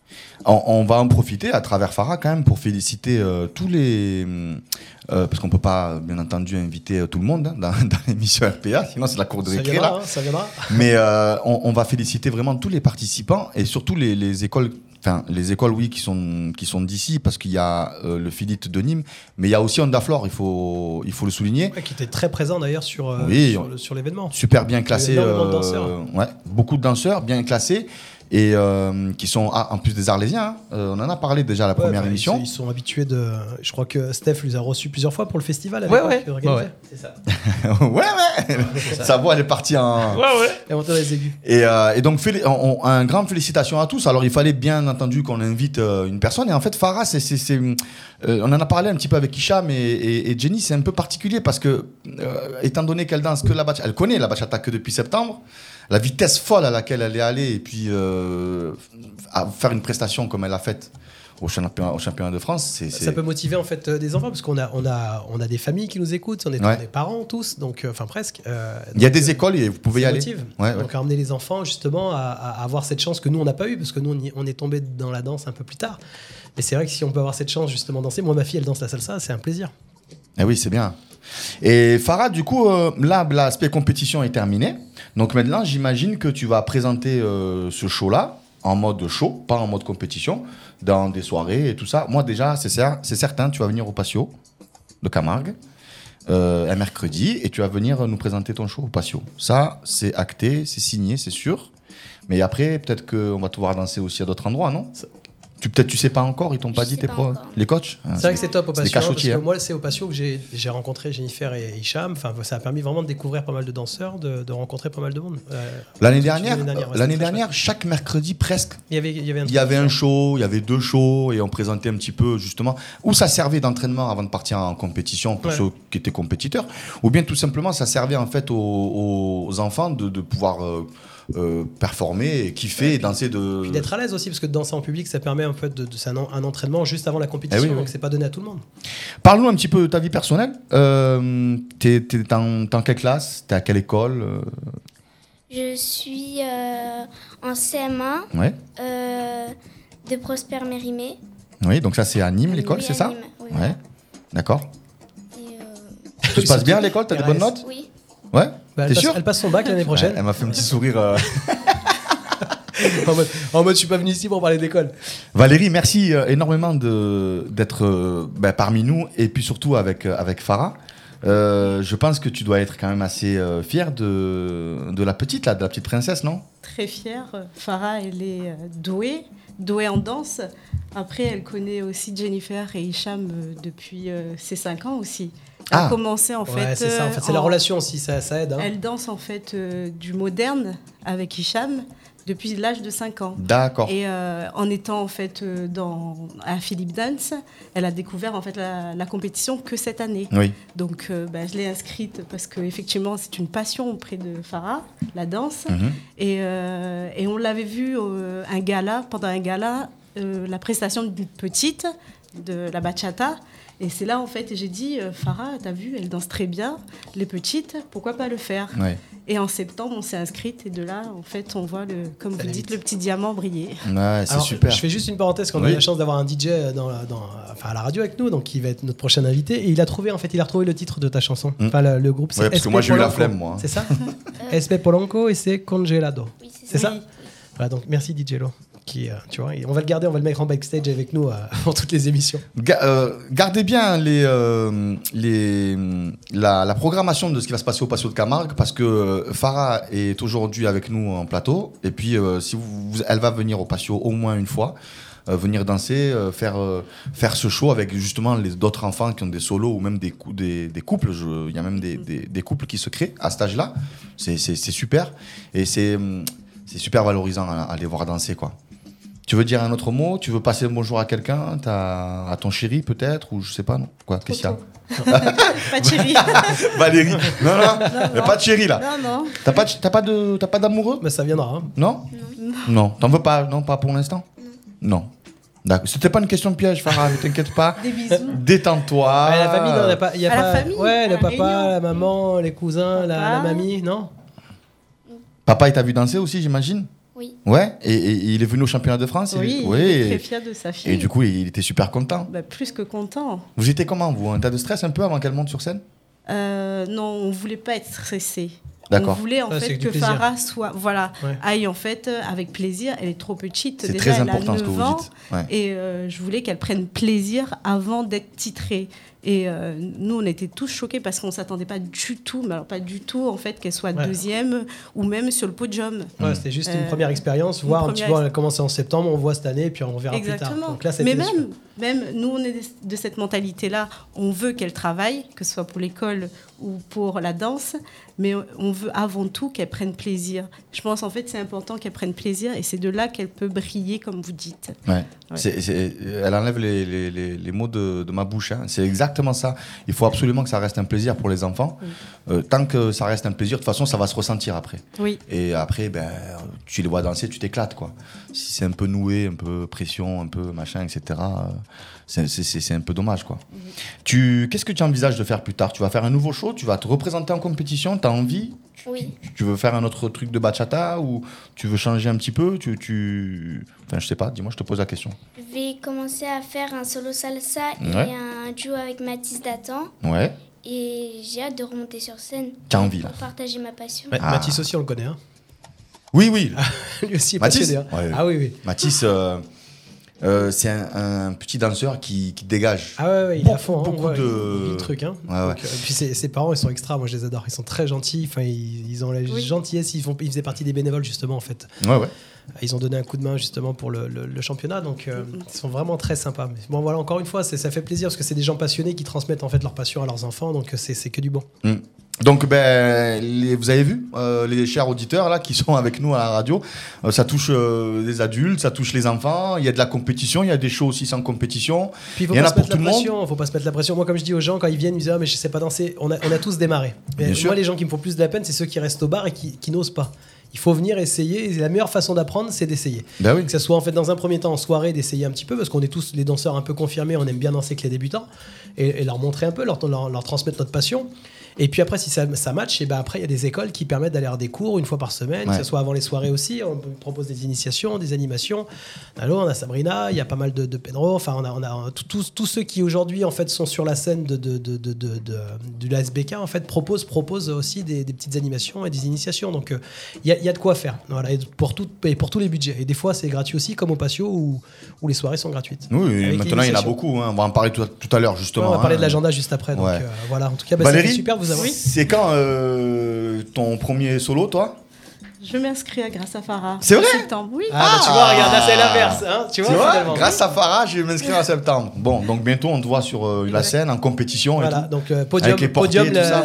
on va en profiter à travers Farah quand même pour féliciter tous les... parce qu'on ne peut pas, bien entendu, inviter tout le monde dans l'émission RPA, sinon c'est la cour de récré là. Ça viendra. Mais on va féliciter vraiment tous les participants et surtout les écoles... Enfin, les écoles, oui, qui sont d'ici, parce qu'il y a le Philite de Nîmes, mais il y a aussi Ondaflore, il faut le souligner. Ouais, qui était très présent d'ailleurs sur l'événement. Super bien classé. Il y a énormément de danseurs. Ouais, beaucoup de danseurs bien classés et qui sont en plus des Arlésiens. On en a parlé déjà à la première émission. Ils sont habitués de. Je crois que Steph les a reçus plusieurs fois pour le festival. Ouais. C'est ça. ouais. Sa voix, elle est partie en. Et on les aigus. Et donc, un grand félicitations à tous. Alors, il fallait bien entendu qu'on invite une personne. Et en fait, Farah, on en a parlé un petit peu avec Hicham et Jenny. C'est un peu particulier parce que, étant donné qu'elle danse que la bachata, elle connaît la bachata que depuis septembre. La vitesse folle à laquelle elle est allée et puis à faire une prestation comme elle a faite au championnat de France, ça peut motiver en fait des enfants parce qu'on a des familles qui nous écoutent, on est des parents tous, donc enfin presque. Il y a des écoles et vous pouvez y aller. Donc à emmener les enfants justement à avoir cette chance que nous on n'a pas eu parce que nous on est tombé dans la danse un peu plus tard. Mais c'est vrai que si on peut avoir cette chance justement de danser, moi ma fille elle danse la salsa, c'est un plaisir. Eh oui, c'est bien. Et Farah, du coup, là, l'aspect compétition est terminé. Donc maintenant, j'imagine que tu vas présenter ce show-là en mode show, pas en mode compétition, dans des soirées et tout ça. Moi, déjà, c'est certain, tu vas venir au Patio de Camargue un mercredi et tu vas venir nous présenter ton show au Patio. Ça, c'est acté, c'est signé, c'est sûr. Mais après, peut-être qu'on va te voir danser aussi à d'autres endroits, non ? Tu sais pas encore, ils t'ont pas dit les coachs. C'est vrai que c'est top au Patio, parce que hein. moi c'est au Patio que j'ai rencontré Jennifer et Hicham. Enfin, ça a permis vraiment de découvrir pas mal de danseurs, de rencontrer pas mal de monde. L'année dernière, chaque mercredi presque, il y avait un show, il y avait 2 shows et on présentait un petit peu justement où ça servait d'entraînement avant de partir en compétition pour ceux qui étaient compétiteurs, ou bien tout simplement ça servait en fait aux enfants de pouvoir performer et kiffer et danser Puis d'être à l'aise aussi parce que de danser en public ça permet en fait c'est un entraînement juste avant la compétition, donc c'est pas donné à tout le monde. Parle-nous un petit peu de ta vie personnelle. T'es dans quelle classe, t'es à quelle école? Je suis en CM1 de Prosper Mérimée. Oui, donc ça c'est à Nîmes l'école, c'est ça? Nîmes, oui. Ouais, d'accord. Tout se passe bien à l'école, t'as des bonnes notes? Oui. Ouais. T'es sûr? Elle passe son bac l'année prochaine. Elle m'a fait un petit sourire. En mode, je suis pas venu ici pour parler d'école. Valérie, merci énormément d'être parmi nous et puis surtout avec Farah. Je pense que tu dois être quand même assez fière de la petite là, de la petite princesse, non? Très fière. Farah, elle est douée en danse. Après, elle connaît aussi Jennifer et Hicham depuis ses 5 ans aussi. Elle a commencé en fait. C'est ça, en fait, c'est la relation aussi, ça aide. Hein. Elle danse en fait du moderne avec Hicham depuis l'âge de 5 ans. D'accord. Et en étant en fait à Philippe Dance, elle a découvert en fait la compétition que cette année. Oui. Donc je l'ai inscrite parce que effectivement c'est une passion auprès de Farah, la danse. Mm-hmm. Et on l'avait vu pendant un gala, la prestation d'une petite de la bachata. Et c'est là, en fait, j'ai dit, Farah, t'as vu, elle danse très bien, les petites, pourquoi pas le faire? Et en septembre, on s'est inscrite, et de là, en fait, on voit, comme vous dites, le petit diamant briller. Ouais, c'est super. Je fais juste une parenthèse, qu'on a eu la chance d'avoir un DJ à la radio avec nous, donc qui va être notre prochain invité, et il a retrouvé le titre de ta chanson. Enfin, le groupe, c'est parce que moi, j'ai eu la flemme, moi. C'est ça? SP Polanco, et c'est Congelado. Oui, c'est ça? Voilà, donc merci DJ Lo. Tu vois, on va le garder, on va le mettre en backstage avec nous pour toutes les émissions. Gardez bien la programmation de ce qui va se passer au Patio de Camargue parce que Farah est aujourd'hui avec nous en plateau et puis elle va venir au Patio au moins une fois, venir danser, faire ce show avec justement d'autres enfants qui ont des solos ou même des couples. Il y a même des couples qui se créent à cet âge-là. C'est super et c'est super valorisant à les voir danser, quoi. Tu veux dire un autre mot? Tu veux passer le bonjour à quelqu'un? À ton chéri peut-être? Ou je sais pas, non? Quoi? Qu'est-ce qu'il y a? Pas de chéri. Valérie. Non. Il n'y a pas de chéri là. Non. T'as pas d'amoureux? Mais ça viendra. Hein. Non. Non. T'en veux pas? Non, pas pour l'instant? Non. D'accord. C'était pas une question de piège, Farah, ne t'inquiète pas. Des bisous. Détends-toi. La famille, non, il y a pas. La famille, ouais, le papa, réunion. la maman, les cousins, la mamie, non? Papa, il t'a vu danser aussi, j'imagine? Oui. Ouais, et il est venu au championnat de France. Oui, Oui, il est et- très fier de sa fille. Et du coup, il était super content. Bah, plus que content. Vous étiez comment, vous? Un tas de stress un peu avant qu'elle monte sur scène? Non, on voulait pas être stressé. D'accord. On voulait en Ah, c'est fait du que plaisir. Farah soit, Ouais. aille en fait avec plaisir. Elle est trop petite. C'est Déjà, très elle important a ce que 9 vous ans, dites. Ouais. Et je voulais qu'elle prenne plaisir avant d'être titrée. Et nous, on était tous choqués parce qu'on s'attendait pas du tout, mais alors pas du tout en fait qu'elle soit Ouais. deuxième ou même sur le podium. Ouais, c'était juste une Euh, première expérience, une voir un première petit peu, elle a commencé en septembre, on voit cette année, puis on verra Exactement. plus tard. Donc là, Mais c'était super. même nous, on est de cette mentalité-là. On veut qu'elle travaille, que ce soit pour l'école ou pour la danse, mais on veut avant tout qu'elle prenne plaisir. Je pense en fait c'est important qu'elle prenne plaisir et c'est de là qu'elle peut briller, comme vous dites. Ouais. Ouais. Elle enlève les mots de ma bouche. Hein. C'est exactement ça. Il faut absolument que ça reste un plaisir pour les enfants. Tant que ça reste un plaisir, de toute façon, ça va se ressentir après. Oui. Et après, ben, tu les vois danser, tu t'éclates, quoi. Si c'est un peu noué, un peu pression, un peu machin, etc., c'est un peu dommage, quoi. Qu'est-ce que tu envisages de faire plus tard? Tu vas faire un nouveau show? Tu vas te représenter en compétition? Tu as envie? Oui. Tu veux faire un autre truc de bachata ou tu veux changer un petit peu? Enfin, je sais pas, dis-moi, je te pose la question. Je vais commencer à faire un solo salsa Ouais. et un duo avec Mathis Datan. Ouais. Et j'ai hâte de remonter sur scène. T'as envie, là? Pour partager ma passion. Ouais, Mathis aussi, on le connaît. Hein. Oui, oui. Lui aussi est Mathis passionné. Hein. Ouais. Ah oui, oui. Mathis, c'est un petit danseur qui dégage. Ah ouais, il est à fond. Hein, on beaucoup voit, de- il vit le truc. Hein. Ouais, ouais. Donc, puis ses parents, ils sont extra. Moi, je les adore. Ils sont très gentils. Enfin, ils ont la gentillesse. Ils faisaient partie des bénévoles, justement, en fait. Ouais, ouais. Ils ont donné un coup de main justement pour le championnat, donc ils sont vraiment très sympas. Mais bon, voilà, encore une fois, ça fait plaisir parce que c'est des gens passionnés qui transmettent en fait leur passion à leurs enfants, donc c'est que du bon. Donc, ben, vous avez vu, les chers auditeurs là qui sont avec nous à la radio, ça touche les adultes, ça touche les enfants. Il y a de la compétition, il y a des shows aussi sans compétition. Puis il y en a pour faut tout le monde. faut pas se mettre la pression. Moi, comme je dis aux gens quand ils viennent, ils me disent ah mais je sais pas danser. On a tous démarré. Mais Bien sûr. moi, les gens qui me font plus de la peine, c'est ceux qui restent au bar et qui n'osent pas. Il faut venir essayer. Et la meilleure façon d'apprendre, c'est d'essayer. Bah oui. Que ce soit en fait dans un premier temps en soirée, d'essayer un petit peu, parce qu'on est tous les danseurs un peu confirmés, on aime bien danser que les débutants, et leur montrer un peu, leur transmettre notre passion. Et puis après, si ça match, et ben après, il y a des écoles qui permettent d'aller à des cours une fois par semaine, Ouais. que ce soit avant les soirées aussi. On propose des initiations, des animations. Alors, on a Sabrina, il y a pas mal de Penro. Enfin, on a tous ceux qui aujourd'hui en fait sont sur la scène de la SBK en fait proposent aussi des petites animations et des initiations. Donc, il y a de quoi faire. Voilà, et pour tous les budgets. Et des fois, c'est gratuit aussi, comme au Patio où les soirées sont gratuites. Oui, Avec maintenant il y en a l'initiation. beaucoup. Hein. On va en parler tout à l'heure justement. Ouais, on va parler hein. de l'agenda juste après. Donc Ouais. voilà. En tout cas, ça Valérie, fait super de vous avoir. c'est quand ton premier solo, toi? Je m'inscris à Grâce à Farah. C'est en vrai? septembre. Oui. Ah, bah, tu vois, regarde, là, c'est l'inverse. Hein, tu vois, finalement. Grâce à Farah, je vais m'inscrire en septembre. Bon, donc bientôt on te voit sur la scène en compétition. Voilà, et tout. donc podium, Avec les portiers podium, et tout ça.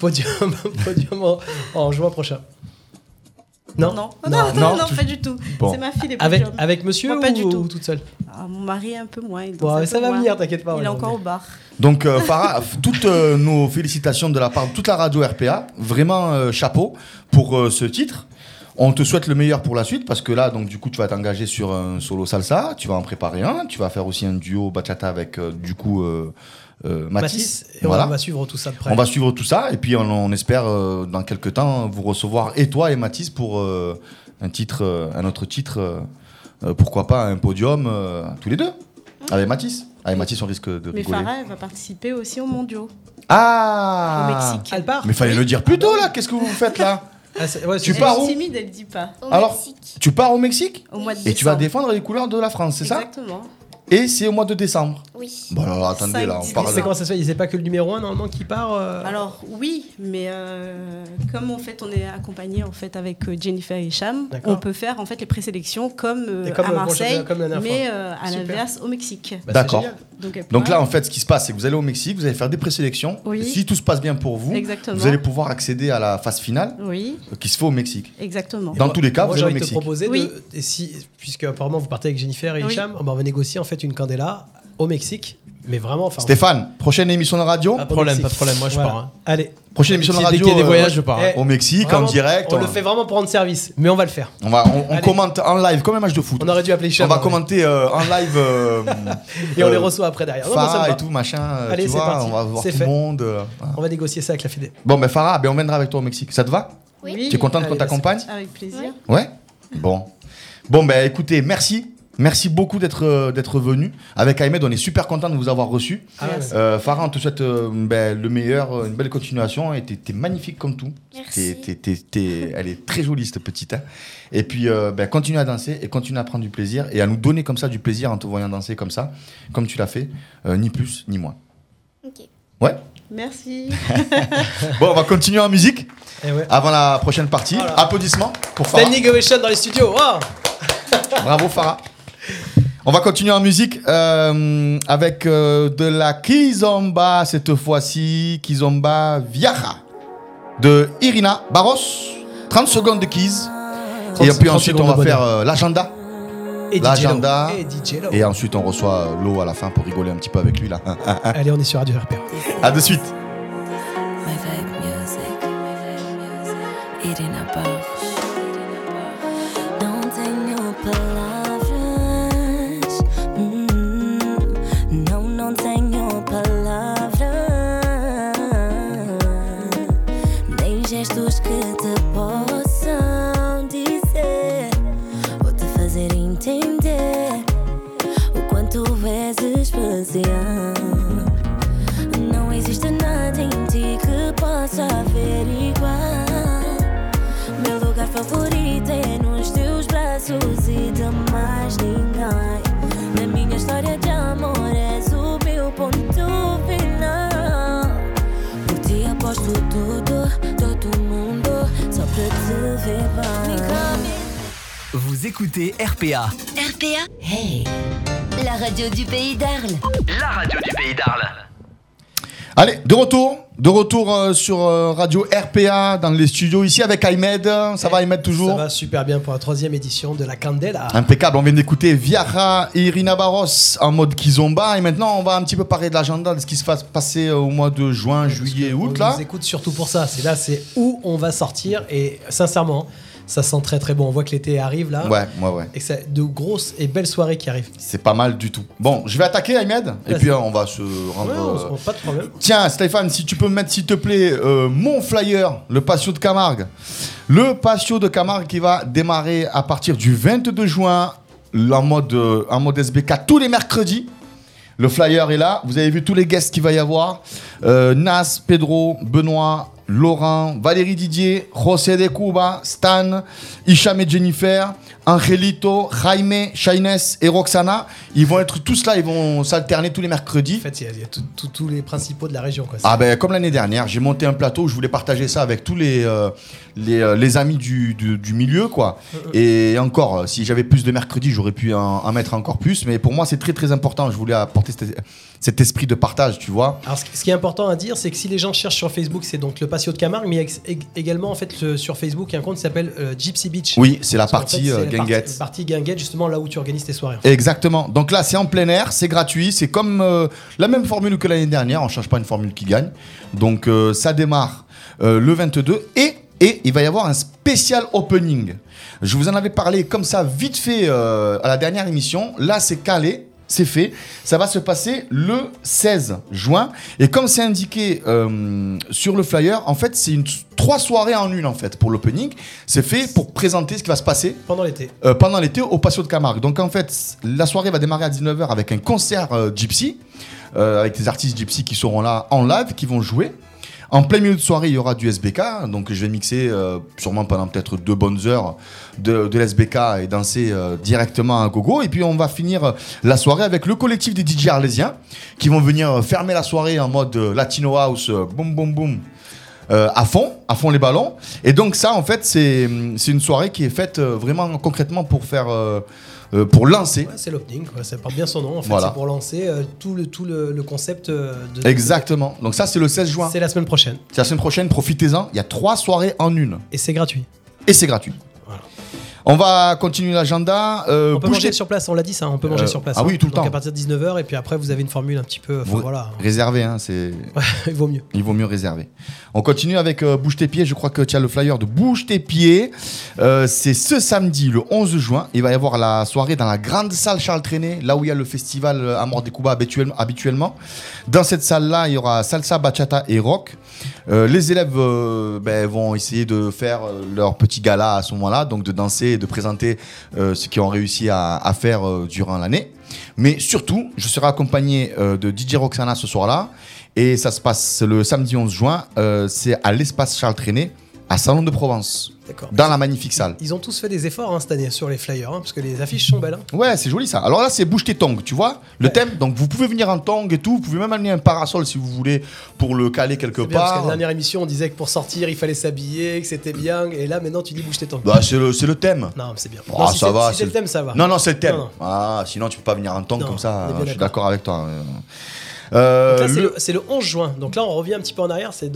podium en juin prochain. Non, Non, tu- pas du tout. Bon. C'est ma fille les Avec, podiums. avec monsieur Moi, pas du ou tout. toute seule? Ah, mon mari un peu moins. il danse Bon, un mais peu ça va moins. venir, t'inquiète pas. Il est ouais, encore mais- au bar. Donc Farah, toutes nos félicitations de la part de toute la radio RPA. Vraiment chapeau pour ce titre. On te souhaite le meilleur pour la suite parce que là, donc du coup, tu vas t'engager sur un solo salsa. Tu vas en préparer un. Tu vas faire aussi un duo bachata avec Mathis. Et Voilà. on va suivre tout ça de près. On va suivre tout ça et puis on espère dans quelques temps vous recevoir et toi et Mathis pour un autre titre, pourquoi pas un podium tous les deux avec Mathis. Avec Mathis on risque de Mais rigoler. Farah, elle va participer aussi aux mondiaux. Ah Au Mexique. Elle part. Mais fallait le dire plus tôt là, qu'est-ce que vous faites là? Tu Elle pars est où? timide, elle dit pas. Alors, tu pars au Mexique Au mois de et tu vas décembre. défendre les couleurs de la France, c'est ça? Exactement. Et c'est au mois de décembre. Oui. Bon alors attendez là, on Cinq, parle. C'est comment ça se fait? C'est pas que le numéro 1 normalement qui part Alors oui, mais comme en fait on est accompagné en fait avec Jennifer et Hicham, D'accord. on peut faire en fait les présélections comme, Et comme, à Marseille, comme la dernière mais fois. à Super. l'inverse au Mexique. Bah, c'est D'accord. génial. Donc là en fait ce qui se passe c'est que vous allez au Mexique, vous allez faire des présélections. Oui. Et si tout se passe bien pour vous, Exactement. vous allez pouvoir accéder à la phase finale Oui, qui se fait au Mexique. exactement. Dans tous les cas, moi, vous j'ai allez au envie de te Mexique. proposer, Oui. puisque apparemment vous partez avec Jennifer et Oui. Hicham, on va négocier en fait une candela au Mexique. Mais vraiment, enfin. Stéphane, prochaine émission de radio. au Problème, Mexique. pas de problème, moi je Voilà. pars. Hein. Allez. Prochaine émission de Dès radio qu'il y a des voyages, je pars. Eh, au Mexique vraiment, en direct. On le fait vraiment pour rendre service, mais on va le faire. On Allez. commente en live comme un match de foot. On aurait dû appeler Hicham. On va ouais. commenter en live. Et on les reçoit après derrière. Non, mais ça me Farah va. et tout machin. Allez, tu c'est vois, parti. on va voir C'est tout fait. le monde. Voilà. On va négocier ça avec la Fédé. Bon ben Farah, on viendra avec toi au Mexique. Ça te va? Oui. Tu es contente Allez, qu'on là, c'est t'accompagne? Avec plaisir. Ouais. Bon, ben écoutez, merci. Merci beaucoup d'être venu. Avec Ahmed, on est super content de vous avoir reçu. Farah, on te souhaite le meilleur, une belle continuation. Et t'es magnifique comme tout. Merci. Elle est très jolie, cette petite. Hein. Et puis, continue à danser et continue à prendre du plaisir et à nous donner comme ça du plaisir en te voyant danser comme ça, comme tu l'as fait, ni plus ni moins. Ok. Ouais. Merci. Bon, on va continuer en musique avant la prochaine partie. Voilà. Applaudissements pour Farah. Standing ovation dans les studios. Wow. Bravo Farah. On va continuer en musique avec de la Kizomba cette fois-ci. Kizomba Viaja de Irina Barros. 30 secondes de Kiz. Et puis ensuite on va faire l'agenda. L'agenda. Et ensuite on reçoit Lo à la fin pour rigoler un petit peu avec lui là. Allez, on est sur Radio RPA. À de suite. gestos que te possam dizer ou te fazer entender o quanto és especial. Não existe nada em ti que possa haver igual. Meu lugar favorito é nos teus braços e de mais ninguém. Na minha história de amor és o meu ponto final. Por ti aposto tudo, todo mundo, só pra te ver bem. Vous écoutez RPA. RPA. Hey. La radio du Pays d'Arles. La radio du Pays d'Arles. Allez, de retour sur Radio RPA dans les studios ici avec Ahmed. Ça va Ahmed toujours? Ça va super bien pour la 3e édition de la Candela. Impeccable, on vient d'écouter Viaja et Irina Barros en mode Kizomba. Et maintenant on va un petit peu parler de l'agenda, de ce qui se va passer au mois de juin, juillet, août là. On nous écoute surtout pour ça, c'est où on va sortir. Et sincèrement, ça sent très très bon. On voit que l'été arrive là. Ouais. Et que c'est de grosses et belles soirées qui arrivent. C'est pas mal du tout. Bon, je vais attaquer Ahmed. Et puis on va se rendre. Pas de problème. Tiens, Stéphane, si tu peux me mettre s'il te plaît mon flyer, le Patio de Camargue. Le Patio de Camargue qui va démarrer à partir du 22 juin en mode SBK tous les mercredis. Le flyer est là. Vous avez vu tous les guests qu'il va y avoir. Nas, Pedro, Benoît, Laurent, Valérie Didier, José de Cuba, Stan, Hicham et Jennifer, Angelito, Jaime, Shaines et Roxana. Ils vont être tous là, ils vont s'alterner tous les mercredis. En fait, il y a tous les principaux de la région. Quoi. Comme l'année dernière, j'ai monté un plateau où je voulais partager ça avec tous les amis du milieu. Quoi. Et encore, si j'avais plus de mercredis, j'aurais pu en mettre encore plus. Mais pour moi, c'est très très important. Je voulais apporter cet esprit de partage, tu vois. Alors, ce qui est important à dire, c'est que si les gens cherchent sur Facebook, c'est donc le Patio de Camargue, mais il y a également en fait sur Facebook, il y a un compte qui s'appelle Gypsy Beach. Oui, c'est la partie Guinguette. La partie Guinguette, justement là où tu organises tes soirées. En fait. Exactement. Donc là, c'est en plein air, c'est gratuit, c'est comme la même formule que l'année dernière. On change pas une formule qui gagne. Donc ça démarre le 22 et il va y avoir un spécial opening. Je vous en avais parlé comme ça vite fait à la dernière émission. Là, c'est calé. C'est fait. Ça va se passer le 16 juin. Et comme c'est indiqué sur le flyer, en fait, c'est 3 soirées en une en fait pour l'opening. C'est fait pour présenter ce qui va se passer pendant l'été. Pendant l'été au Patio de Camargue. Donc en fait, la soirée va démarrer à 19h avec un concert Gypsy, avec des artistes Gypsy qui seront là en live, qui vont jouer. En plein milieu de soirée, il y aura du SBK, donc je vais mixer sûrement pendant peut-être 2 bonnes heures de l'SBK et danser directement à gogo. Et puis on va finir la soirée avec le collectif des DJ arlésiens qui vont venir fermer la soirée en mode Latino House, boum boum boum, à fond les ballons. Et donc ça, en fait, c'est une soirée qui est faite vraiment concrètement pour faire... pour lancer. Ouais, c'est l'opening, ça porte bien son nom. En fait, voilà. C'est pour lancer tout le concept de. Exactement. Donc ça, c'est le 16 juin. C'est la semaine prochaine. C'est la semaine prochaine. Profitez-en. Il y a 3 soirées en une. Et c'est gratuit. Voilà. On va continuer l'agenda. On peut manger sur place, on l'a dit ça, on peut manger sur place. Ah oui, tout le temps. Donc à partir de 19h, et puis après, vous avez une formule un petit peu. Voilà. Réservé, hein, c'est. Ouais, il vaut mieux. Il vaut mieux réserver. On continue avec Bouge tes pieds. Je crois que tu as le flyer de Bouge tes pieds. C'est ce samedi, le 11 juin. Il va y avoir la soirée dans la grande salle Charles Trenet, là où il y a le festival Amor de Cuba habituellement. Dans cette salle-là, il y aura salsa, bachata et rock. Les élèves vont essayer de faire leur petit gala à ce moment-là, donc de danser de présenter ce qu'ils ont réussi à faire durant l'année. Mais surtout, je serai accompagné de DJ Roxana ce soir-là. Et ça se passe le samedi 11 juin. C'est à l'espace Charles Trenet, à Salon de Provence. D'accord. Dans la magnifique salle. Ils ont tous fait des efforts cette année sur les flyers, parce que les affiches sont belles. Ouais, c'est joli ça. Alors là, c'est bouge tes tongs, tu vois, le thème. Donc vous pouvez venir en tongs et tout. Vous pouvez même amener un parasol si vous voulez pour le caler quelque C'est bien, parce part. qu'à la dernière émission, on disait que pour sortir, il fallait s'habiller, que c'était bien. Et là, maintenant, tu dis bouge tes tongs. Bah, c'est le thème. Non, mais c'est bien. Oh, Non, si ça va. c'est le thème, ça va. Non, c'est le thème. Non. Ah, sinon, tu peux pas venir en tongs comme ça. on est bien Je suis d'accord. d'accord avec toi. Donc là, c'est le 11 juin. Donc là, on revient un petit peu en arrière. C'est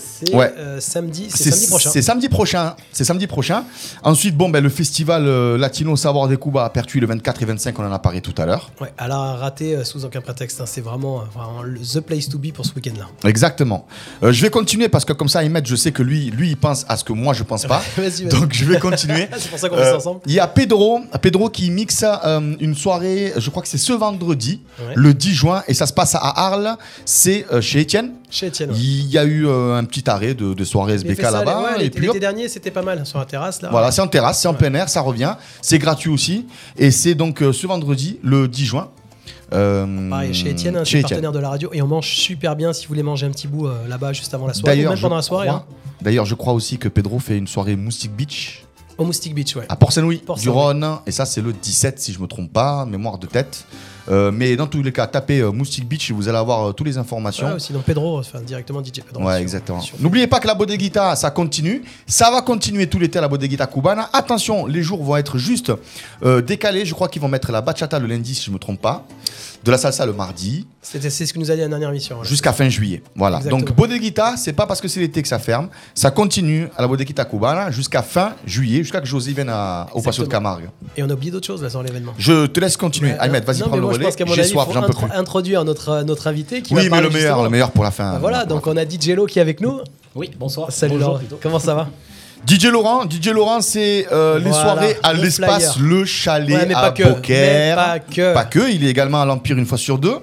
samedi. C'est samedi prochain. C'est samedi prochain. C'est samedi prochain. Ensuite, le festival Latino Savoir de Cuba à Pertuis le 24 et 25, on en a parlé tout à l'heure. Ouais, elle a raté sous aucun prétexte. C'est vraiment the place to be pour ce week-end-là. Exactement. Je vais continuer parce que comme ça, Ahmed, je sais que lui, il pense à ce que moi, je pense pas. Vas-y. Donc, je vais continuer. C'est pour ça qu'on fait ça ensemble. Il y a Pedro qui mixe une soirée, je crois que c'est ce vendredi, Ouais. le 10 juin, et ça se passe à Arles. C'est chez Étienne. Chez Étienne. Ouais. Il y a eu un petit arrêt de soirée Il a SBK fait ça, là-bas. ouais, et puis, hop, l'été dernier, c'était pas mal sur la terrasse. Là. voilà, c'est en terrasse, c'est en plein air, ça revient. C'est gratuit aussi. Et c'est donc ce vendredi, le 10 juin. Pareil, chez Étienne, chez c'est partenaire de la radio. Et on mange super bien si vous voulez manger un petit bout là-bas juste avant la soirée. Ou D'ailleurs, même pendant la soirée. D'ailleurs, je crois aussi que Pedro fait une soirée Moustique Beach. Au Moustique Beach, ouais. À Port-Saint-Louis, du Port-Saint-Louis. Rhône. Et ça, c'est le 17, si je me trompe pas, mémoire de tête. Mais dans tous les cas, tapez Moustique Beach et vous allez avoir toutes les informations. Ouais, sinon Pedro, directement DJ Pedro. Ouais, exactement. N'oubliez pas que la Bodeguita, ça continue. Ça va continuer tout l'été, la Bodeguita Cubana. Attention, les jours vont être juste décalés. Je crois qu'ils vont mettre la bachata le lundi, si je me trompe pas. De la salsa le mardi. C'est ce que nous a dit la dernière émission. Ouais. Jusqu'à fin juillet. Voilà. Exactement. Donc Bodeguita, c'est pas parce que c'est l'été que ça ferme. Ça continue à la Bodeguita Cubana jusqu'à fin juillet, jusqu'à que José vienne au Passo de Camargue. Et on a oublié d'autres choses là sur l'événement. Je te laisse continuer. Ouais, Ahmed, vas-y, non, prends mais le moi, relais. Je pense qu'à mon J'ai avis, soif, faut j'en peux plus. introduire notre invité qui Oui, va mais parler le justement. meilleur pour la fin. Bah voilà, donc on a DJ Lo qui est avec nous. Oui, bonsoir. Salut Bonjour, Laurent. plutôt. Comment ça va? DJ Laurent, c'est les soirées à le l'espace flyer. Le Chalet Ouais, mais à pas que, Beaucaire. mais pas que. Il est également à l'Empire une fois sur deux.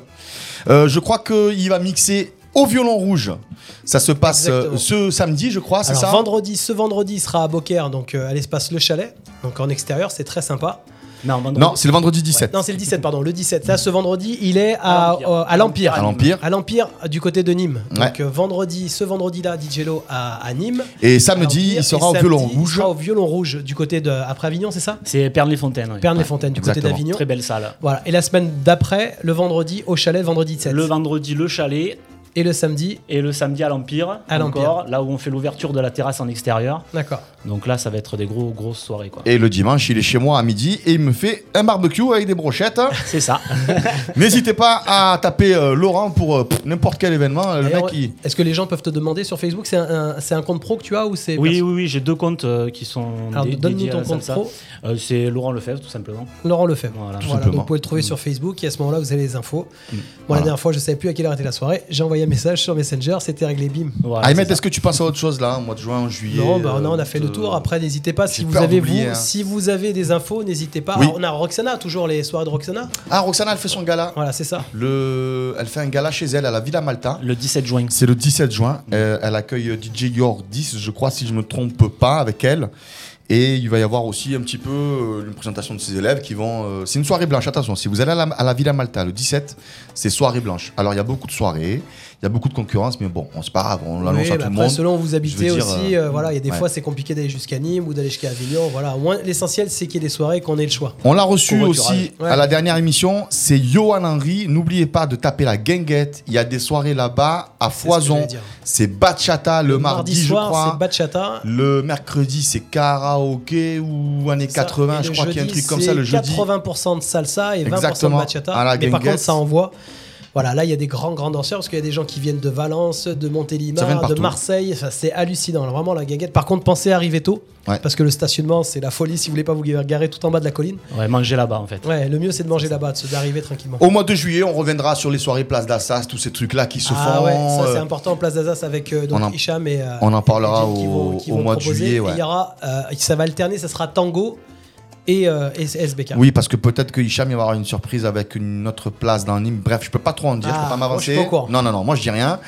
Je crois qu'il va mixer au violon rouge. Ça se passe ce samedi, je crois, c'est Alors, ça ce vendredi, il sera à Beaucaire, donc à l'espace Le Chalet, donc en extérieur, c'est très sympa. Non, c'est le vendredi 17. Non, c'est le 17, pardon, le 17. Là, ce vendredi, il est à l'Empire. À l'Empire. À l'Empire, du côté de Nîmes. Donc, Ouais. ce vendredi-là, DJ Lo à Nîmes. Et samedi, À l'Empire. il sera Et au samedi, violon Il rouge. sera au violon rouge, du côté de. Après Avignon, c'est ça? C'est Pernes-les-Fontaines. Pernes-les-Fontaines, du côté Exactement. d'Avignon. Très belle salle. Voilà. Et la semaine d'après, le vendredi, au Chalet, vendredi 17. Le vendredi, le Chalet. Et le samedi. Et le samedi à l'Empire. À l'Empire. Encore, là où on fait l'ouverture de la terrasse en extérieur. D'accord. Donc là, ça va être des grosses soirées, quoi. Et le dimanche, il est chez moi à midi et il me fait un barbecue avec des brochettes. C'est ça. N'hésitez pas à taper Laurent pour n'importe quel événement. Le D'ailleurs, mec, il... Est-ce que les gens peuvent te demander sur Facebook, c'est un compte pro que tu as ou c'est Oui, j'ai 2 comptes qui sont Alors, donne-nous dédiés ton à la compte salsa. pro. C'est Laurent Lefebvre, tout simplement. Laurent Lefebvre. Voilà. Voilà, donc vous pouvez le trouver sur Facebook et à ce moment-là, vous avez les infos. Moi, la dernière fois, je ne savais plus à quelle heure était la soirée. J'ai envoyé un message sur Messenger, c'était réglé, bim. Voilà, Ahmed, est-ce que tu penses à autre chose là, mois de juin, juillet Non, on a fait le tour. Après, n'hésitez pas si J'ai vous peur avez d'oublier, hein. si vous avez des infos, n'hésitez pas. Oui. Alors, on a Roxana, toujours les soirées de Roxana. Ah, Roxana, elle fait son gala. Voilà, c'est ça. Elle fait un gala chez elle à la Villa Malta. Le 17 juin. C'est le 17 juin. Elle accueille DJ Yor 10, je crois, si je ne me trompe pas, avec elle. Et il va y avoir aussi un petit peu une présentation de ses élèves qui vont... c'est une soirée blanche, attention, si vous allez à la Villa Malta le 17, c'est soirée blanche. Alors il y a beaucoup de soirées, il y a beaucoup de concurrence, mais bon, c'est pas grave, on l'annonce à tout le après, monde. selon où vous habitez Je veux dire, aussi, voilà, il y a des ouais. fois c'est compliqué d'aller jusqu'à Nîmes ou d'aller jusqu'à Avignon. Voilà, au moins l'essentiel c'est qu'il y ait des soirées et qu'on ait le choix. On l'a reçu Covoiturage. aussi Ouais. à la dernière émission, c'est Johan Henry. N'oubliez pas de taper la guinguette. Il y a des soirées là-bas à ce que foison. j'allais dire. C'est bachata le mardi, je soir, crois. c'est bachata. Le mercredi, c'est karaoké ou années 80, Et je le crois qu'il y a un jeudi, truc comme ça le jeudi. 80% de salsa et 20% Exactement, de bachata. à la Mais par guinguette. contre, ça envoie. Voilà, là, il y a des grands danseurs parce qu'il y a des gens qui viennent de Valence, de Ça vient de Montélimar, de partout. Marseille. Enfin, c'est hallucinant. Alors, vraiment, la guinguette. Par contre, pensez à arriver tôt Ouais. parce que le stationnement, c'est la folie si vous voulez pas vous garer tout en bas de la colline. Ouais, manger là-bas, en fait. Ouais, le mieux, c'est de manger là-bas, d'arriver tranquillement. Au mois de juillet, on reviendra sur les soirées Place d'Assas, tous ces trucs-là qui se Ah font. ouais, ça c'est important, Place d'Alsace avec donc on en- Hicham et on en parlera et Jim qui au vont mois de proposer. juillet, ouais. Et il y aura, ça va alterner, ça sera tango et SBK. Oui, parce que peut-être que Hicham il va y avoir une surprise avec une autre place dans Nîmes. Bref, je peux pas trop en dire, je peux pas moi, je m'avancer. suis pas au courant. Non, moi je dis rien.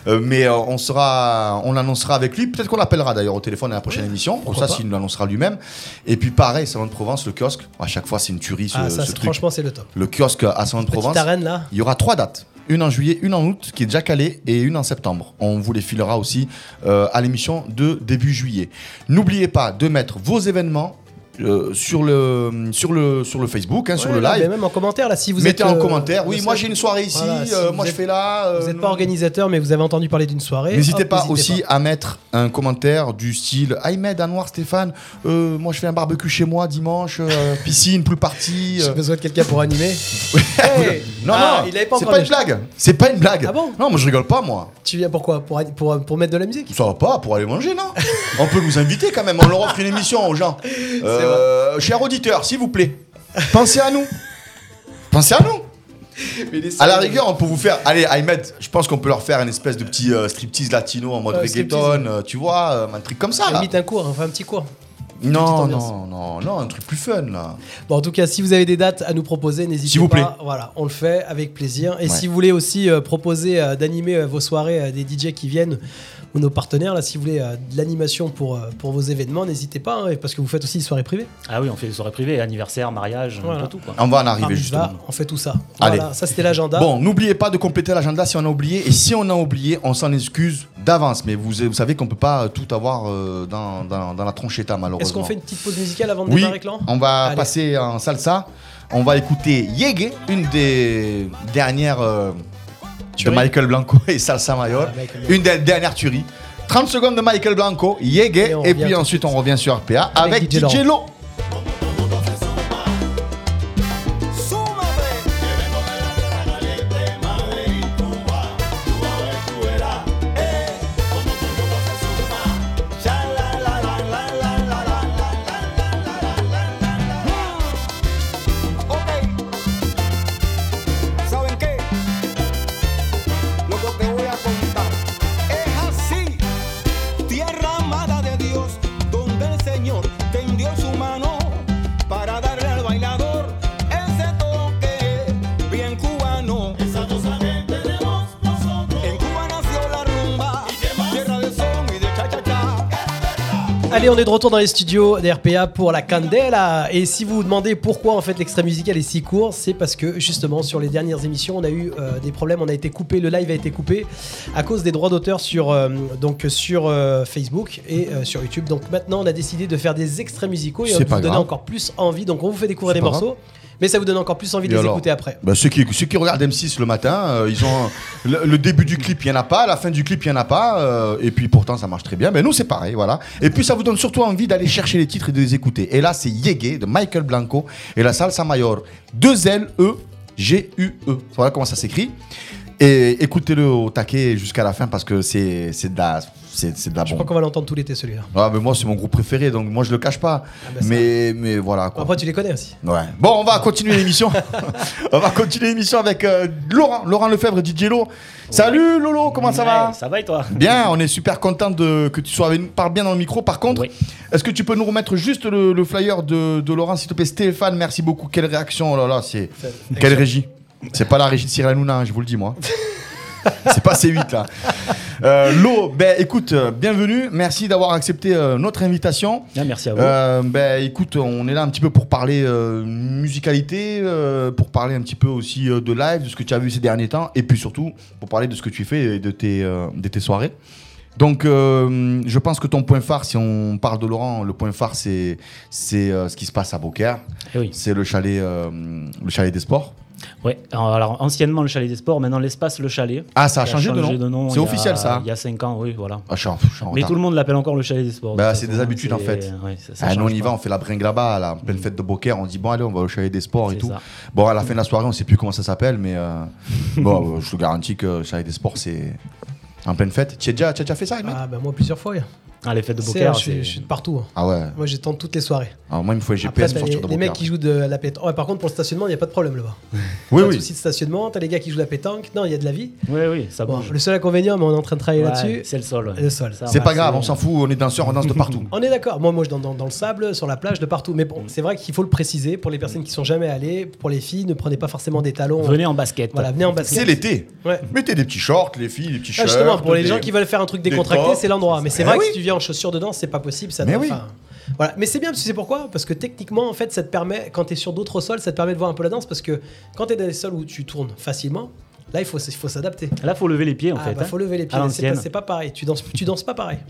Mais on l'annoncera avec lui. Peut-être qu'on l'appellera d'ailleurs au téléphone à la prochaine émission. Comme ça, s'il nous l'annoncera lui-même. Et puis pareil, Salon de Provence, le kiosque. À chaque fois, c'est une tuerie ce truc. Franchement, c'est le top. Le kiosque à Salon de Provence. Petite arène là. Il y aura 3 dates. Une en juillet, une en août, qui est déjà calée, et une en septembre. On vous les filera aussi à l'émission de début juillet. N'oubliez pas de mettre vos événements sur le Facebook, sur le live. Mais même en commentaire, là, si vous mettez êtes, en commentaire, oui, moi j'ai une soirée ici, voilà, si moi je fais là. Vous n'êtes pas organisateur, mais vous avez entendu parler d'une soirée. N'hésitez pas aussi à mettre un commentaire du style Ahmed, Anouar, Stéphane, moi je fais un barbecue chez moi dimanche, piscine, pool party. J'ai besoin de quelqu'un pour animer. Hey non, il avait pas c'est encore pas une blague. C'est pas une blague. Ah bon? Non, moi je rigole pas, moi. Tu viens pourquoi? Pour mettre de la musique? Ça va pas, pour aller manger, non? On peut nous inviter quand même, on leur offre une émission aux gens. Chers auditeurs, s'il vous plaît, pensez à nous. Pensez à nous. À la rigueur, on peut vous faire. Allez, Ahmed, je pense qu'on peut leur faire une espèce de petit striptease latino en mode reggaeton, tu vois, un truc comme ça. Là. Limite un cours, enfin un petit cours. Non, un truc plus fun là. Bon, en tout cas, si vous avez des dates à nous proposer, n'hésitez S'il vous plaît. pas. Voilà, on le fait avec plaisir. Et si vous voulez aussi proposer d'animer vos soirées des DJ qui viennent ou nos partenaires, là, si vous voulez de l'animation pour vos événements, n'hésitez pas, hein, parce que vous faites aussi des soirées privées. Ah oui, on fait des soirées privées, anniversaire, mariage, un peu tout quoi. On va en arriver justement. On fait tout ça. Allez. Voilà, ça c'était l'agenda. Bon, n'oubliez pas de compléter l'agenda si on a oublié. Et si on a oublié, on s'en excuse d'avance. Mais vous savez qu'on peut pas tout avoir dans la tronchetta malheureusement. Est-ce qu'on fait une petite pause musicale avant de démarrer, Clan ? On va passer en salsa. On va écouter Yégué, une des dernières de Michael Blanco et Salsa Mayor. Une des dernières tueries. 30 secondes de Michael Blanco, Yégué, et puis ensuite on revient sur RPA avec DJ Lo. Allez, on est de retour dans les studios d'RPA pour la Candela. Et si vous vous demandez pourquoi en fait l'extrait musical est si court, c'est parce que justement sur les dernières émissions, on a eu des problèmes, on a été coupé, le live a été coupé à cause des droits d'auteur sur Facebook et sur YouTube. Donc maintenant, on a décidé de faire des extraits musicaux et on vous donner encore plus envie. Donc on vous fait découvrir des morceaux. Mais ça vous donne encore plus envie de les écouter après. Bah ceux qui regardent M6 le matin, ils ont le début du clip, il n'y en a pas, la fin du clip, il n'y en a pas, et puis pourtant ça marche très bien. Mais nous c'est pareil, voilà. Et puis ça vous donne surtout envie d'aller chercher les titres et de les écouter. Et là c'est Yégué de Michael Blanco et la Salsa Mayor, 2LEGUE. Voilà comment ça s'écrit. Et écoutez-le au taquet jusqu'à la fin parce que c'est de la bombe. Je crois qu'on va l'entendre tout l'été celui-là. Ah, mais moi c'est mon groupe préféré donc moi je le cache pas. Mais voilà quoi. Après tu les connais aussi. Ouais. Bon, on va continuer l'émission. On va continuer l'émission avec Laurent Lefebvre, DJ Lo. Salut Lolo, comment ça va ? Ça va et toi ? Bien, on est super content que tu sois avec nous. Parle bien dans le micro. Par contre, est-ce que tu peux nous remettre juste le flyer de Laurent s'il te plaît ? Stéphane, merci beaucoup. Quelle réaction, oh là là, c'est quelle régie. C'est pas la régie de Cyril Hanouna, je vous le dis moi. C'est pas C8 là. Lo, écoute, bienvenue. Merci d'avoir accepté notre invitation. Merci à vous. Écoute, on est là un petit peu pour parler musicalité, pour parler un petit peu aussi de live, de ce que tu as vu ces derniers temps, et puis surtout pour parler de ce que tu fais et de tes soirées. Donc, je pense que ton point phare, si on parle de Laurent, le point phare, c'est ce qui se passe à Beaucaire. Oui. C'est le chalet des sports. Oui, alors anciennement le chalet des sports, maintenant l'espace le chalet. Ah, ça a changé de nom. C'est officiel ça. Il y a 5 ans, oui, voilà. Ah, je suis en mais tout le monde l'appelle encore le chalet des sports. C'est des habitudes en fait. Nous on y va, on fait la bringue là-bas, la pleine fête de Beaucaire, on se dit bon allez, on va au chalet des sports et tout. Ça. Bon, à la fin de la soirée, on sait plus comment ça s'appelle, mais bon, je te garantis que le chalet des sports c'est en pleine fête. Tu as déjà fait ça, mec ? Ah moi plusieurs fois. Ah, les fêtes de C'est, Beaucaire, je suis de partout. Ah ouais. Moi, j'attends toutes les soirées. Alors moi, il me faut les Après, GPS t'as pour sortir de les mecs Beaucaire. qui jouent de la pétanque. Ouais, par contre, pour le stationnement, il n'y a pas de problème là-bas. Oui, Pas de oui. souci de stationnement. T'as les gars qui jouent de la pétanque. Non, il y a de la vie. Oui, ça Bon, bouge. le seul inconvénient, mais on est en train de travailler Ouais, là-dessus. c'est le sol. Le sol. Ça, C'est ouais, pas grave, on s'en fout, on est danseurs, on danse de partout. On est d'accord. Moi, je dans le sable, sur la plage, de partout. Mais bon, c'est vrai qu'il faut le préciser pour les personnes qui sont jamais allées. Pour les filles, ne prenez pas forcément des talons. Venez en basket. Voilà, venez en basket. C'est l'été. Ouais. Mettez des petits shorts, les filles, des petits Ah, shirts. justement, pour les des- gens qui veulent faire un truc des décontracté, tops. c'est l'endroit. Mais c'est Eh vrai que oui. si tu viens en chaussures de danse, c'est pas possible. Ça Mais doit- oui. enfin, voilà. Mais c'est bien, tu sais pourquoi? Parce que techniquement, en fait, ça te permet, quand tu es sur d'autres sols, ça te permet de voir un peu la danse. Parce que quand tu es dans des sols où tu tournes facilement, là, il faut s'adapter. Là, faut lever les pieds en Ah, fait. bah, hein. faut lever les pieds. À C'est pas, l'ancienne. c'est pas pareil. Tu danses pas pareil.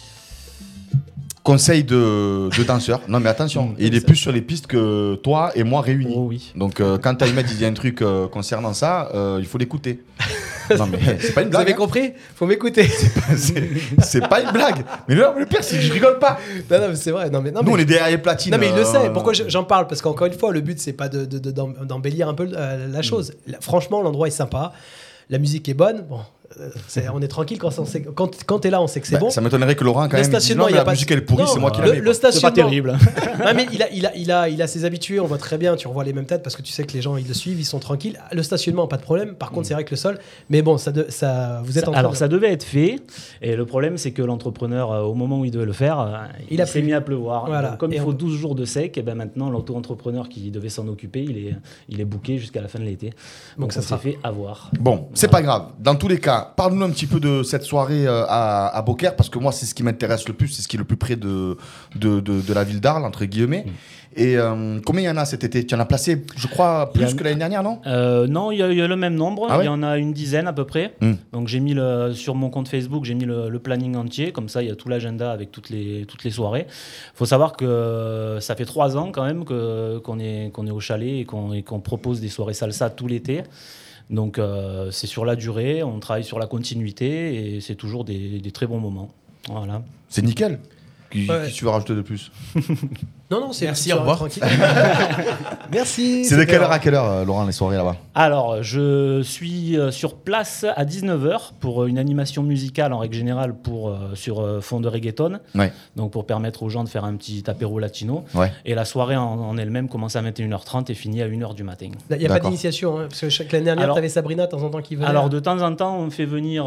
Conseil de danseur. Non mais attention, il est plus sur les pistes que toi et moi réunis. Oh oui. Donc quand Ahmed il dit un truc concernant ça, il faut l'écouter. Non mais c'est pas une Vous blague. avez hein. compris? Faut m'écouter. C'est pas une blague. Mais le pire c'est que je rigole pas. Non, mais c'est vrai. Non, mais, Nous on est derrière les platines. Non mais il le sait. Pourquoi j'en parle? Parce qu'encore une fois, le but c'est pas d'embellir un peu la chose. Franchement, l'endroit est sympa. La musique est bonne. Bon, on est tranquille quand t'es là, on sait que c'est Bah, bon. ça m'étonnerait que Laurent quand Le même dise stationnement, non, il mais y a la pas musique elle est pourrie, non, c'est moi qui le- la mets. le quoi. stationnement- C'est pas terrible. Non mais il a ses habitués, on voit très bien, tu revois les mêmes têtes parce que tu sais que les gens ils le suivent, ils sont tranquilles. Le stationnement, pas de problème. Par contre, c'est vrai que le sol, mais bon, ça vous êtes en train Alors de- ça devait être fait, et le problème c'est que l'entrepreneur, au moment où il devait le faire, il s'est mis à pleuvoir. Voilà. Donc, comme Et il faut on- 12 jours de sec, et ben maintenant l'auto-entrepreneur qui devait s'en occuper, il est booké jusqu'à la fin de l'été. Donc ça ça sera s'est fait avoir. Bon, c'est pas grave. Dans tous les cas, parle-nous un petit peu de cette soirée à Beaucaire, parce que moi, c'est ce qui m'intéresse le plus, c'est ce qui est le plus près de la ville d'Arles, entre guillemets. Et combien il y en a cet été? Tu en as placé, je crois, plus que l'année dernière, non? Non, il y a le même nombre. Ah ouais Il y en a une dizaine à peu près. Donc j'ai mis sur mon compte Facebook, j'ai mis le planning entier. Comme ça, il y a tout l'agenda avec toutes les soirées. Il faut savoir que ça fait 3 ans quand même qu'on est au chalet et qu'on propose des soirées salsa tout l'été. Donc c'est sur la durée, on travaille sur la continuité et c'est toujours des très bons moments. Voilà. C'est nickel. Qui Ouais. tu veux rajouter de plus? Non, c'est Merci, une au revoir. tranquille. Merci. C'est de quelle heure bien. à quelle heure, Laurent, les soirées là-bas? Alors, je suis sur place à 19h pour une animation musicale en règle générale sur fond de reggaeton. Ouais. Donc, pour permettre aux gens de faire un petit apéro latino. Ouais. Et la soirée en elle-même commence à 21h30 et finit à 1h du matin. Il n'y a pas d'initiation, hein, parce que l'année dernière, Alors- tu avais Sabrina de temps en temps qui venait. Alors, de temps en temps, on fait venir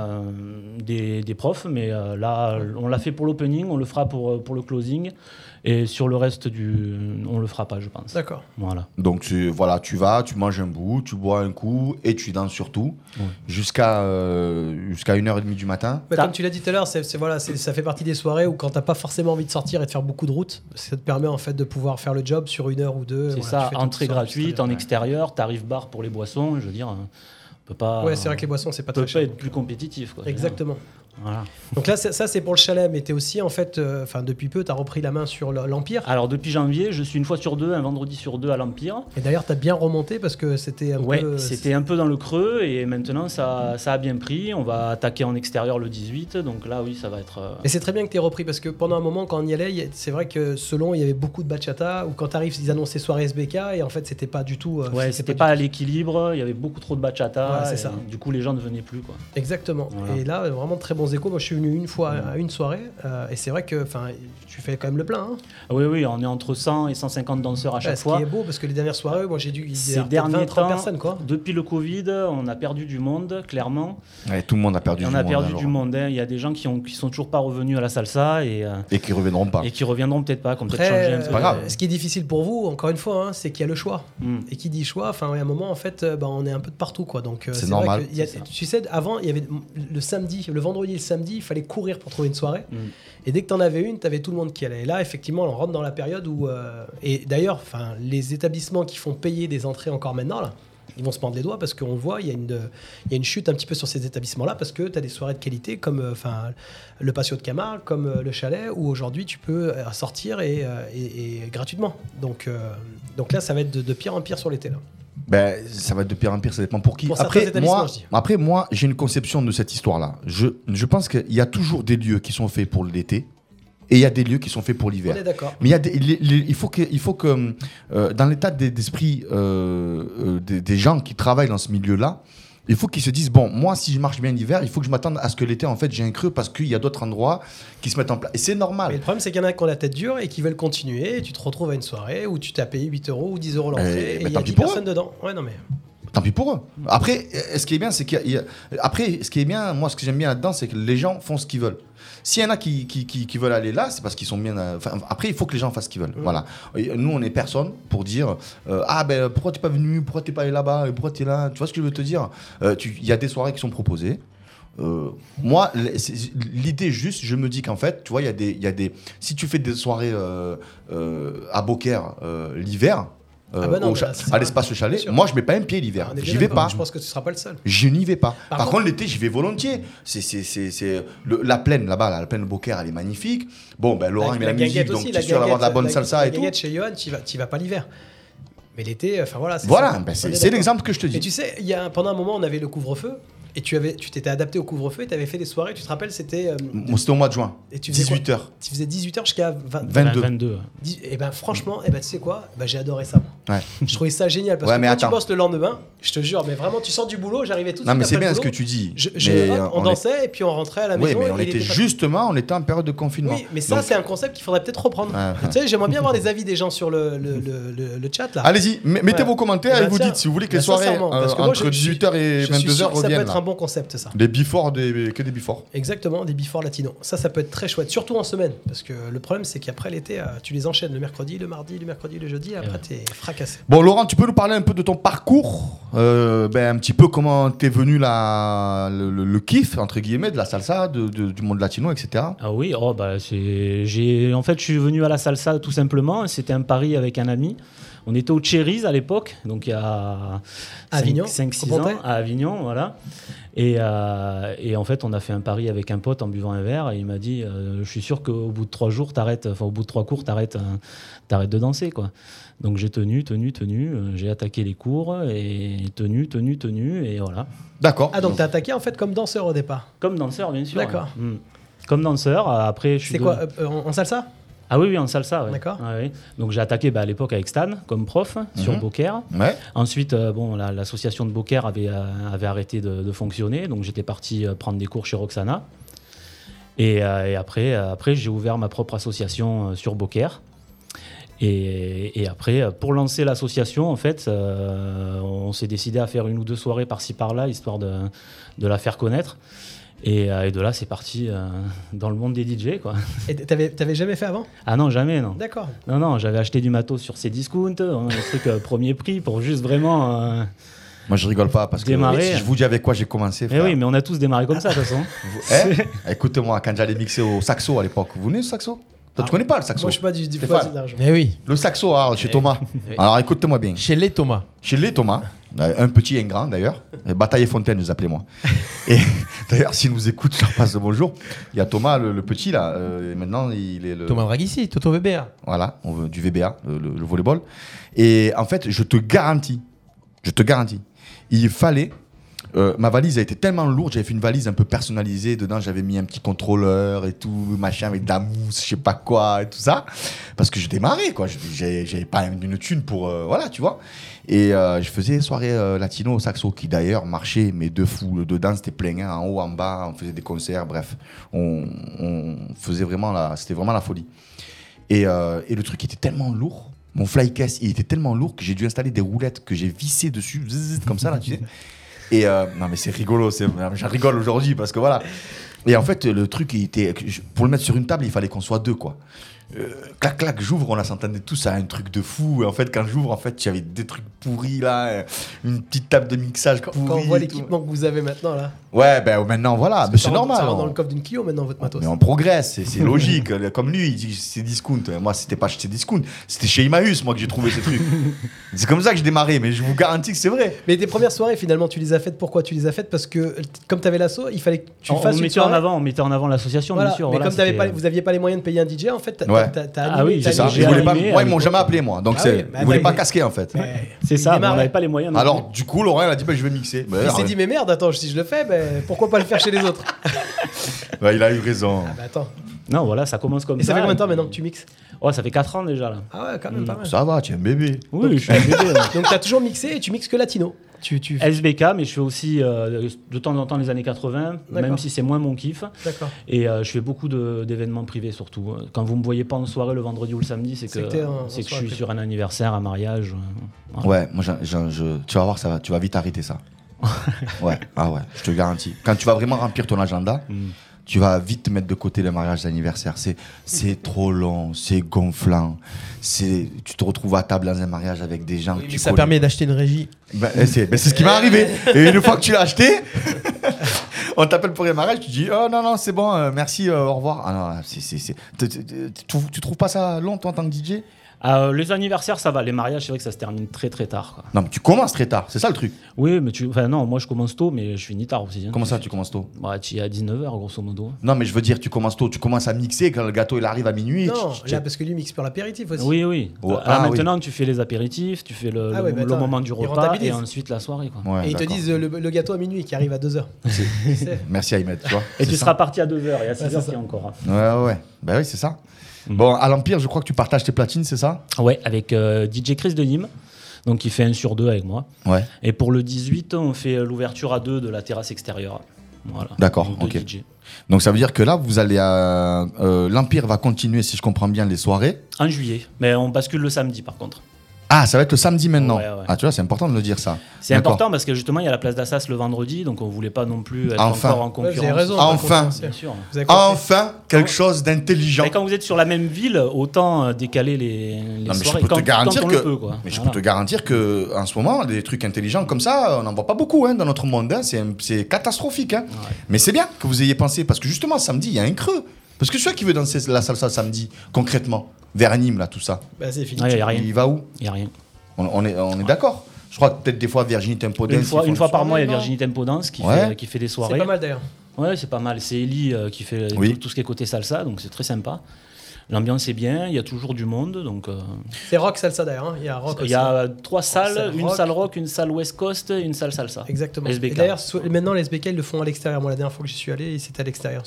des profs, mais là, on l'a fait pour l'opening, on le fera pour le closing. Et sur le reste on le fera pas, je pense. D'accord. Voilà. Donc tu vas, tu manges un bout, tu bois un coup et tu danses surtout jusqu'à 1h30 du matin. Bah, comme tu l'as dit tout à l'heure, ça fait partie des soirées où quand t'as pas forcément envie de sortir et de faire beaucoup de route, ça te permet en fait de pouvoir faire le job sur 1 heure ou 2. C'est Voilà, ça, tu fais ton entrée petit gratuite, en Ouais. extérieur, tarif bar pour les boissons, je veux dire, on peut pas... Ouais, c'est vrai que les boissons, c'est pas peut très cher. être plus compétitif. Quoi, Exactement. Voilà. Donc là, ça c'est pour le chalet, mais t'es aussi en fait, depuis peu, t'as repris la main sur l'Empire. Alors depuis janvier, je suis une fois sur deux, un vendredi sur deux à l'Empire. Et d'ailleurs, t'as bien remonté parce que c'était un peu. C'était un peu dans le creux et maintenant ça a bien pris. On va attaquer en extérieur le 18, donc là oui, ça va être... Mais c'est très bien que t'aies repris parce que pendant un moment, quand on y allait, c'est vrai que selon, il y avait beaucoup de bachata ou quand t'arrives, ils annonçaient soirée SBK et en fait, c'était pas du tout. c'était pas à l'équilibre, il y avait beaucoup trop de bachata. Voilà, c'est et ça. Du coup, les gens ne venaient plus. Quoi. Exactement. Voilà. Et là, vraiment de très bons échos. Moi, je suis venu une fois à une soirée et c'est vrai que tu fais quand même le plein. Hein. Oui, on est entre 100 et 150 danseurs à chaque fois. Ce qui est beau parce que les dernières soirées, moi j'ai dû Ces derniers 20-30 temps, personnes quoi. Depuis le Covid, on a perdu du monde, clairement. Ouais, tout le monde a perdu du monde. On a perdu du monde. Hein. Il y a des gens qui sont toujours pas revenus à la salsa et qui reviendront pas. Et qui reviendront peut-être pas, qui ont peut-être Après, changé un peu. C'est pas grave. Ce qui est difficile pour vous, encore une fois, hein, c'est qu'il y a le choix. Et qui dit choix, à un moment, en fait, on est un peu de partout, quoi. Donc c'est normal. Vrai que tu sais, avant, il y avait le vendredi et le samedi, il fallait courir pour trouver une soirée. Et dès que tu en avais une, tu avais tout le monde qui allait. Et là, effectivement, on rentre dans la période où... et d'ailleurs, les établissements qui font payer des entrées encore maintenant, là, ils vont se mordre les doigts parce qu'on le voit, il y a une chute un petit peu sur ces établissements-là parce que tu as des soirées de qualité comme le Patio de Camargue, comme le Chalet, où aujourd'hui tu peux sortir et gratuitement. Donc là, ça va être de pire en pire sur l'été. Là. Ben, ça va être de pire en pire, ça dépend pour qui. Pour Après, moi, j'ai une conception de cette histoire-là. Je pense qu'il y a toujours des lieux qui sont faits pour l'été. Et il y a des lieux qui sont faits pour l'hiver. On est d'accord. Mais il faut que dans l'état d'esprit des gens qui travaillent dans ce milieu-là, Il faut qu'ils se disent, bon, moi, si je marche bien l'hiver, il faut que je m'attende à ce que l'été, en fait, j'ai un creux parce qu'il y a d'autres endroits qui se mettent en place. Et c'est normal. Mais le problème, c'est qu'il y en a qui ont la tête dure et qui veulent continuer. Et tu te retrouves à une soirée où tu t'as payé 8 € ou 10 € l'entrée et il y a 10 personnes dedans. Ouais, non, mais. Tant pis pour eux. Après, ce qui est bien, c'est après, ce qui est bien, moi, ce que j'aime bien là-dedans, c'est que les gens font ce qu'ils veulent. S'il y en a qui veulent aller là, c'est parce qu'ils sont bien. Après, il faut que les gens fassent ce qu'ils veulent. Voilà. Et nous, on n'est personne pour dire pourquoi t'es pas venu, pourquoi t'es pas allé là-bas, pourquoi t'es là. Tu vois ce que je veux te dire ? Il y a des soirées qui sont proposées. Moi, l'idée juste, je me dis qu'en fait, tu vois, il y a des. Si tu fais des soirées à Beaucaire l'hiver. À l'espace chalet, moi je mets pas un pied l'hiver, j'y vais pas. Je pense que tu seras pas le seul. Je n'y vais pas. Par contre, l'été, j'y vais volontiers. La plaine là-bas, la plaine de Beaucaire, elle est magnifique. Bon, ben Laurent, il met la musique, donc tu es sûr d'avoir de la bonne salsa et tout. La guinguette chez Johan, tu vas pas l'hiver. Mais l'été, enfin voilà. C'est l'exemple que je te dis. Et tu sais, pendant un moment, on avait le couvre-feu. Et tu t'étais adapté au couvre-feu et tu avais fait des soirées, tu te rappelles, c'était au mois de juin. 18h. Tu faisais 18h jusqu'à 22. Et ben franchement, tu sais quoi, j'ai adoré ça. Ouais. Je trouvais ça génial parce que quand tu bosses le lendemain, je te jure, mais vraiment, tu sors du boulot, j'arrivais tout de suite. Non, mais c'est après bien le ce boulot, que tu dis. On dansait et puis on rentrait à la maison. Oui, mais on était en période de confinement. Oui, mais ça, c'est un concept qu'il faudrait peut-être reprendre. Tu sais, j'aimerais bien avoir les avis des gens sur le chat là. Allez-y, mettez vos commentaires et vous dites si vous voulez que les soirées entre 18h et 22h reviennent. Ça peut être un bon concept, ça. Des before, que des before. Exactement, des before latinos. Ça peut être très chouette, surtout en semaine. Parce que le problème, c'est qu'après l'été, tu les enchaînes le mercredi, le mardi, le mercredi, le jeudi, et après, t'es fracassé. Bon, Laurent, tu peux nous parler un peu de ton parcours un petit peu comment t'es venu le kiff, entre guillemets, de la salsa, du monde latino, etc. Ah oui, en fait, je suis venu à la salsa tout simplement. C'était un pari avec un ami. On était au Cherries à l'époque, donc il y a 5-6 ans, à Avignon, voilà. Et en fait, on a fait un pari avec un pote en buvant un verre et il m'a dit je suis sûr qu'au bout de 3 jours, au bout de 3 cours, t'arrêtes de danser, quoi. Donc j'ai tenu, j'ai attaqué les cours et tenu, et voilà. D'accord. Ah, donc t'as attaqué en fait comme danseur au départ ? Comme danseur, bien sûr. D'accord. Ouais. Comme danseur, après je suis... C'est quoi, en salsa ? Ah oui, en salsa, ouais. D'accord. Ouais. Donc j'ai attaqué à l'époque avec Stan comme prof sur Beaucaire. Ouais. Ensuite, l'association de Beaucaire avait arrêté de fonctionner, donc j'étais parti prendre des cours chez Roxana. Et après, j'ai ouvert ma propre association sur Beaucaire. Et après, pour lancer l'association, en fait, on s'est décidé à faire 1 ou 2 soirées par-ci par-là, histoire de la faire connaître. Et de là, c'est parti dans le monde des DJ, quoi. Et t'avais jamais fait avant ? Ah non, jamais, non. D'accord. Non, j'avais acheté du matos sur Cdiscount, un truc premier prix pour juste vraiment... Moi, je rigole pas parce que démarrer. Si je vous dis avec quoi j'ai commencé. Mais oui, mais on a tous démarré comme ça, de toute façon. Écoutez-moi, quand j'allais mixer au saxo à l'époque, vous venez au saxo ? Toi, tu connais pas le saxo ? Moi, je suis pas du voisin d'argent. Eh oui. Le saxo, chez Thomas. Alors, écoutez-moi bien. Chez les Thomas. Un petit et un grand d'ailleurs. Bataille et Fontaine, nous appelez-moi. Et d'ailleurs, s'il nous écoute, je leur passe le bonjour. Il y a Thomas, le petit là. Et maintenant, il est le. Thomas Dragissi, Toto VBA. Voilà, du VBA, le volleyball. Et en fait, je te garantis, il fallait. Ma valise a été tellement lourde, j'avais fait une valise un peu personnalisée. Dedans, j'avais mis un petit contrôleur et tout, machin, avec de la mousse, je sais pas quoi et tout ça. Parce que je démarrais, quoi. J'avais pas une thune pour. Voilà, tu vois. Et je faisais des soirées latino au saxo qui d'ailleurs marchaient, mais de fou. Dedans, c'était plein, hein, en haut, en bas, on faisait des concerts, bref. On faisait vraiment c'était vraiment la folie. Et le truc était tellement lourd. Mon flycase, il était tellement lourd que j'ai dû installer des roulettes que j'ai vissées dessus, comme ça, là, tu sais. Et non, mais c'est rigolo, j'en rigole aujourd'hui parce que voilà. Et en fait, le truc, pour le mettre sur une table, il fallait qu'on soit 2, quoi. Clac, clac, j'ouvre, on s'entendait tous à un truc de fou. Et en fait, quand j'ouvre, en fait, j'avais des trucs pourris là, une petite table de mixage pourrie. Quand on voit l'équipement que vous avez maintenant là. Ouais, maintenant voilà, mais c'est normal. Ça rentre dans le coffre d'une Clio maintenant, votre matos. Mais on progresse, c'est logique. Comme lui, il dit c'est discount. Moi, c'était pas chez Discount, c'était chez Emmaüs, moi, que j'ai trouvé ces trucs. C'est comme ça que j'ai démarré, mais je vous garantis que c'est vrai. Mais tes premières soirées, finalement, tu les as faites. Pourquoi tu les as faites ? Parce que comme tu avais l'asso, il fallait que tu fasses une soirée. On mettait en avant l'association, voilà. bien sûr. Mais voilà, comme vous n'aviez pas les moyens de payer un DJ, en fait, t'as ah oui, c'est ça. Moi, ils m'ont jamais appelé, moi. Donc, ils voulaient pas casquer, en fait. C'est ça, mais on n'avait pas les moyens. Alors, du coup, Laurent, il a dit je vais mixer. Il s'est dit mais merde, attends, si je le fais, pourquoi pas le faire chez les autres ? Il a eu raison. Attends. Non, voilà, ça commence comme ça. Et ça fait combien de temps maintenant que tu mixes ? Oh, ça fait 4 ans déjà là. Ah ouais, quand même pas mal. Ça va, tu es un bébé. Oui, je suis un bébé. Donc t'as toujours mixé et tu mixes que latino ? tu... SBK, mais je fais aussi de temps en temps les années 80, même si c'est moins mon kiff. D'accord. Et je fais beaucoup d'événements privés surtout. Quand vous me voyez pas en soirée le vendredi ou le samedi, c'est que je suis sur un anniversaire, un mariage. Voilà. Ouais, moi tu vas voir, tu vas vite arrêter ça. Ouais, je te garantis. Quand tu vas vraiment remplir ton agenda, tu vas vite mettre de côté les mariages d'anniversaire. C'est trop long, c'est gonflant. Tu te retrouves à table dans un mariage avec des gens que tu ça connais. permet d'acheter une régie. C'est ce qui m'est arrivé. Et une fois que tu l'as acheté, on t'appelle pour les mariages, tu dis oh non, c'est bon, merci, au revoir. Ah non, tu trouves pas ça long, toi, en tant que DJ ? Les anniversaires, ça va. Les mariages, c'est vrai que ça se termine très très tard, quoi. Non, mais tu commences très tard, c'est ça le truc. Oui, mais non, moi je commence tôt, mais je finis tard aussi. Comment ça, tu commences tôt ? Tu y es à 19h, grosso modo. Non, mais je veux dire, tu commences tôt, tu commences à mixer quand le gâteau il arrive à minuit. Non, là, parce que lui mixe pour l'apéritif aussi. Oui. Maintenant, tu fais les apéritifs, tu fais le moment du repas et ensuite la soirée, quoi. Ouais, et ils te disent le gâteau à minuit qui arrive à 2h. Merci Ahmed, tu vois. Et tu seras parti à 2h et à 6h, c'est encore. Ouais. Bah oui, c'est ça. Bon, à l'Empire, je crois que tu partages tes platines, c'est ça ? Ouais, avec DJ Chris de Nîmes, donc il fait 1 sur 2 avec moi. Ouais. Et pour le 18, on fait l'ouverture à 2 de la terrasse extérieure. Voilà. D'accord, ok. DJ. Donc ça veut dire que là, vous allez à... l'Empire va continuer, si je comprends bien, les soirées. En juillet, mais on bascule le samedi par contre. Ah, ça va être le samedi maintenant. Ouais. Ah, tu vois, c'est important de le dire ça. C'est important parce que justement, il y a la place d'Assas le vendredi, donc on voulait pas non plus être encore en concurrence. Vous avez raison. Bien sûr. Enfin, quelque chose d'intelligent. Mais quand vous êtes sur la même ville, autant décaler les soirées quand on le peut, quoi. Mais je peux te garantir que en ce moment, des trucs intelligents comme ça, on n'en voit pas beaucoup dans notre monde. C'est catastrophique. Ouais. Mais c'est bien que vous ayez pensé, parce que justement, samedi, il y a un creux. Parce que celui qui veut danser la salsa samedi, concrètement, vers Nîmes, là, tout ça. Bah, c'est fini. Il y a rien. Il va où ? Il n'y a rien. On est d'accord. Je crois que peut-être des fois Virginie Tempo Dance. Une fois par mois, il y a Virginie Tempo Dance qui fait des soirées. C'est pas mal d'ailleurs. Ouais, c'est pas mal. C'est Ellie qui fait tout ce qui est côté salsa, donc c'est très sympa. L'ambiance est bien, il y a toujours du monde. Donc, c'est rock salsa d'ailleurs, il y a rock aussi. Il y a 3 salles, une salle rock, une salle West Coast et une salle salsa. Exactement. SBK. Et d'ailleurs, maintenant les SBK ils le font à l'extérieur. Moi la dernière fois que j'y suis allé, c'était à l'extérieur.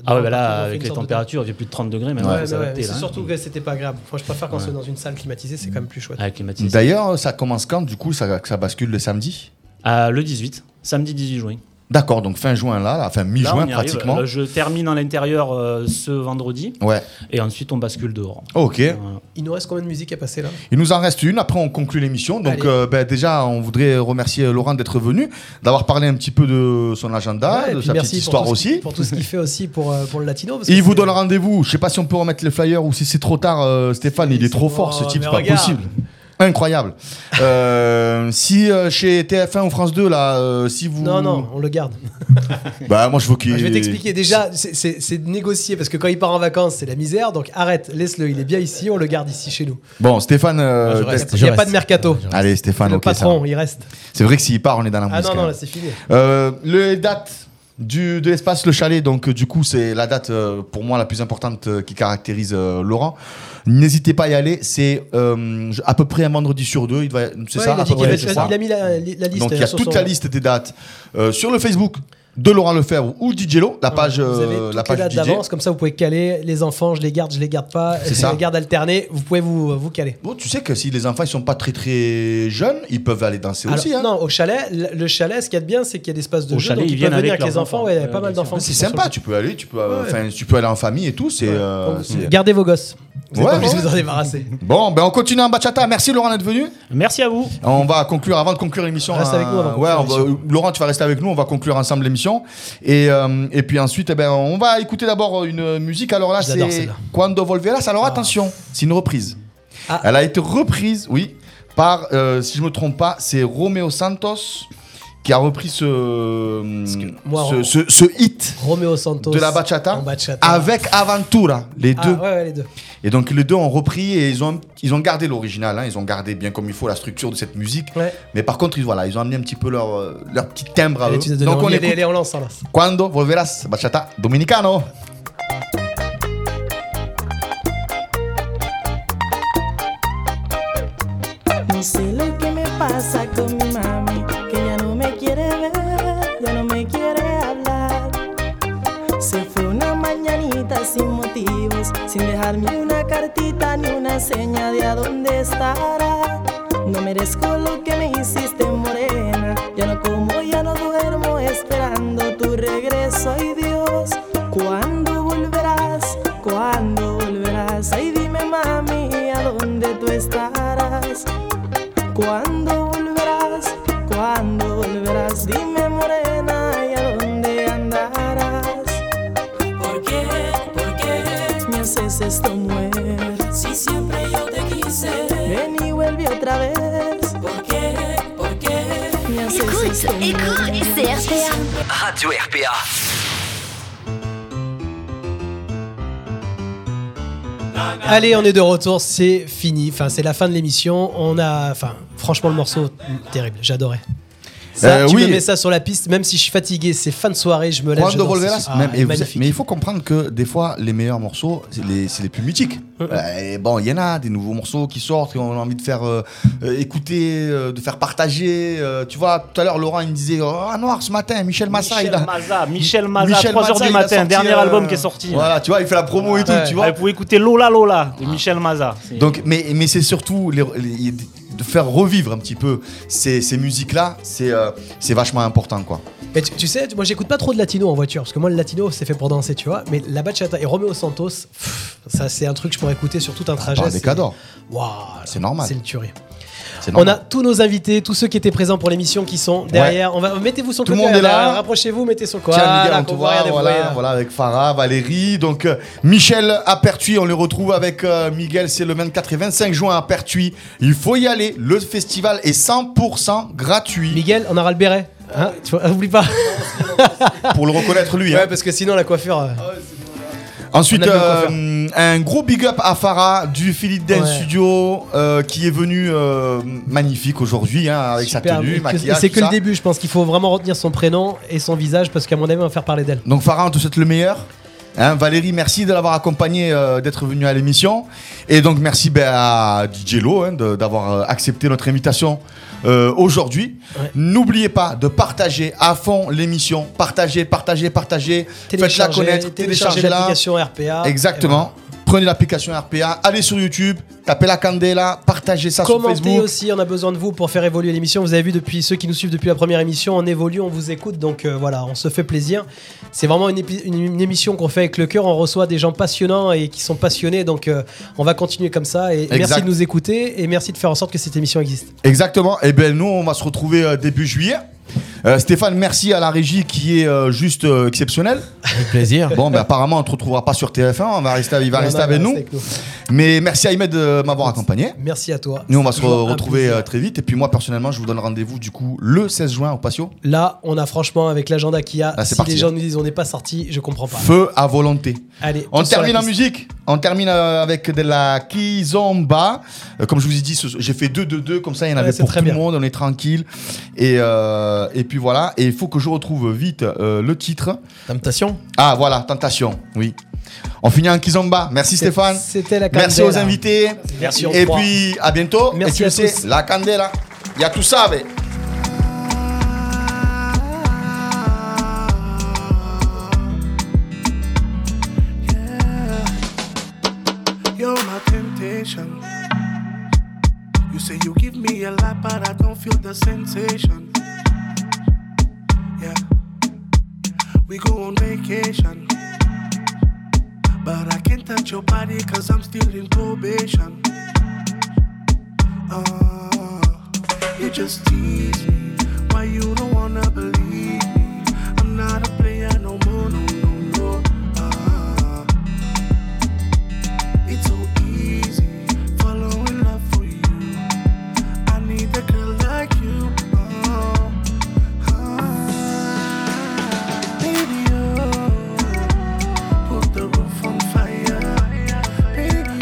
Là, avec les températures, il fait plus de 30 degrés maintenant. C'est surtout que c'était pas agréable. Moi je préfère quand c'est dans une salle climatisée, c'est quand même plus chouette. D'ailleurs, ça commence quand du coup ça bascule le samedi ? Le 18, samedi 18 juin. D'accord, donc fin juin enfin mi-juin pratiquement. Je termine en l'intérieur ce vendredi. Ouais. Et ensuite on bascule dehors. Ok. Il nous reste combien de musique à passer là ? Il nous en reste une, après on conclut l'émission. Donc déjà on voudrait remercier Laurent d'être venu, d'avoir parlé un petit peu de son agenda, de sa petite histoire aussi. Pour tout ce qu'il fait aussi pour le latino. Il vous donne rendez-vous, je sais pas si on peut remettre les flyers ou si c'est trop tard, Stéphane, il est trop fort ce type, c'est pas possible. Incroyable. Si chez TF1 ou France 2 là, si vous... Non, on le garde. Bah moi je veux qu'il... Je vais t'expliquer. Déjà, c'est de négocier parce que quand il part en vacances, c'est la misère. Donc arrête, laisse-le. Il est bien ici. On le garde ici chez nous. Bon, Stéphane. Il n'y a pas de mercato. Allez, Stéphane. Le patron, il reste. C'est vrai que s'il part, on est dans la musique. Ah non, là c'est fini. Les dates de l'espace Le Chalet, donc du coup c'est la date pour moi la plus importante qui caractérise Laurent. N'hésitez pas à y aller, c'est à peu près un vendredi sur 2, c'est ça, il a mis la liste. Donc il y a toute la liste des dates sur le Facebook de Laurent Lefebvre ou DJ Lo, la page vous avez toutes la page les dates DJ. d'avance, comme ça vous pouvez caler les enfants, je les garde pas, je les garde alternés, vous pouvez vous caler. Bon, tu sais que si les enfants ils sont pas très très jeunes, ils peuvent aller danser aussi. Non, au chalet, le chalet, ce qu'il y a de bien, c'est qu'il y a des espaces de jeu, donc ils peuvent venir avec les enfants. Il y a pas mal d'enfants. C'est sympa, tu peux aller, tu peux aller en famille et tout. Gardez vos gosses. Vous n'êtes pas obligé de vous en débarrasser. Bon, on continue en bachata. Merci Laurent d'être venu. Merci à vous. On va conclure, avant de conclure l'émission. Reste avec nous. Laurent, tu vas rester avec nous. On va conclure ensemble l'émission. Et puis ensuite, on va écouter d'abord une musique. Alors là, c'est Quando Volveras. Alors attention, c'est une reprise. Elle a été reprise, oui, par, si je me trompe pas, c'est Romeo Santos qui a repris ce hit Romeo Santos de la bachata avec Aventura, les deux. Ouais, les deux. Et donc les deux ont repris et ils ont gardé l'original, ils ont gardé bien comme il faut la structure de cette musique. Ouais. Mais par contre, ils ont amené un petit peu leur petit timbre à eux. Donc on lance. Quando volveras, bachata dominicano. No sé lo que me pasa con mi mami, que ya no me quiere ver, ya no me quiere hablar. Se fue una mañanita sin motivos, sin dejarme una cartita ni una seña de a dónde estará. No merezco lo que me hiciste, morena, ¿Cuándo volverás? ¿Cuándo volverás? Dime morena, ¿y a dónde andarás? ¿Por qué? ¿Por qué? Me haces esto mujer. Si siempre yo te quise. Ven y vuelve otra vez. ¿Por qué? ¿Por qué? Me haces Écoute, esto écoute, mujer. c'est RPA. Radio RPA. Allez, on est de retour, c'est fini. Enfin, c'est la fin de l'émission. Franchement, le morceau, terrible. J'adorais. Ça, tu me mets ça sur la piste, même si je suis fatigué, c'est fin de soirée, je me lève. Cuando volverás, Magnifique. mais il faut comprendre que des fois, les meilleurs morceaux, c'est les plus mythiques. Et bon, il y en a des nouveaux morceaux qui sortent et on a envie de faire écouter, de faire partager. Tu vois, tout à l'heure, Laurent, il me disait Noir ce matin, Michel Massa. Michel Mazza, 3h du matin, dernier album qui est sorti. Voilà, tu vois, il fait la promo et tout, tu vois. Vous pouvez écouter Lola Lola de Michel Mazza. Donc, mais c'est surtout de faire revivre un petit peu ces musiques-là, c'est vachement important, quoi. Mais tu sais, moi j'écoute pas trop de latino en voiture, parce que moi le latino c'est fait pour danser, tu vois. Mais la bachata et Romeo Santos, ça c'est un truc que je pourrais écouter sur tout un trajet. Des cadors. Waouh, c'est normal. C'est une tuerie. On a tous nos invités, tous ceux qui étaient présents pour l'émission qui sont derrière. Mettez-vous sur le côté. Tout le monde est là. Rapprochez-vous, mettez sur le côté. Tiens, Miguel, on te voit, voilà, avec Farah, Valérie. Donc, Michel à Pertuis, on le retrouve avec Miguel. C'est le 24 et 25 juin à Pertuis. Il faut y aller. Le festival est 100% gratuit. Miguel, on aura le béret. Hein, oublie pas. Pour le reconnaître, lui. Ouais, parce que sinon, la coiffure. Ensuite, un gros big up à Farah du Philippe Dance Studio qui est venu magnifique aujourd'hui avec sa tenue, maquillage. C'est que le début, je pense qu'il faut vraiment retenir son prénom et son visage parce qu'à mon avis, on va faire parler d'elle. Donc Farah, on te souhaite le meilleur. Valérie, merci de l'avoir accompagné, d'être venue à l'émission. Et donc merci à DJ Lo d'avoir accepté notre invitation aujourd'hui. N'oubliez pas de partager à fond l'émission. Partagez. Faites-la connaître. Téléchargez l'application RPA. Exactement. Prenez l'application RPA, allez sur YouTube, tapez la Candela, partagez ça sur Facebook. Commentez aussi, on a besoin de vous pour faire évoluer l'émission. Vous avez vu, depuis ceux qui nous suivent depuis la première émission, on évolue, on vous écoute, donc voilà, on se fait plaisir. C'est vraiment une émission qu'on fait avec le cœur, on reçoit des gens passionnants et qui sont passionnés, donc on va continuer comme ça. Et merci de nous écouter et merci de faire en sorte que cette émission existe. Exactement, et bien nous on va se retrouver début juillet. Stéphane, merci à la régie qui est juste exceptionnelle. Avec plaisir. Bon, apparemment, on ne te retrouvera pas sur TF1, il va rester avec nous. Mais merci à Ahmed de m'avoir accompagné. Merci à toi. Nous, on va se retrouver très vite. Et puis moi, personnellement, je vous donne rendez-vous du coup le 16 juin au Patio. Là, on a franchement, avec l'agenda qu'il y a, si parti, les gens nous disent on n'est pas sorti, je comprends pas. Feu à volonté. Allez, on termine en musique. On termine avec de la Kizomba. Comme je vous ai dit, j'ai fait 2-2-2, comme ça il y en avait pour tout le monde, on est tranquille. Et puis voilà, et il faut que je retrouve vite le titre. Temptation. Ah voilà, Tentation, oui. On finit en Kizomba. Merci Stéphane. C'était la Candela. Merci aux invités. Merci. Et puis à bientôt. Merci et à tu le tous. sais, la Candela. Il y a tout ça, mais. You're my temptation. You say you give me a lot, but I don't feel the sensation. Yeah, we go on vacation, but I can't touch your body 'cause I'm still in probation. You just tease me, why you don't wanna believe me? I'm not a player no more, no. It's so easy, following love for you. I need a girl like you. Baby, put the roof on fire. Baby,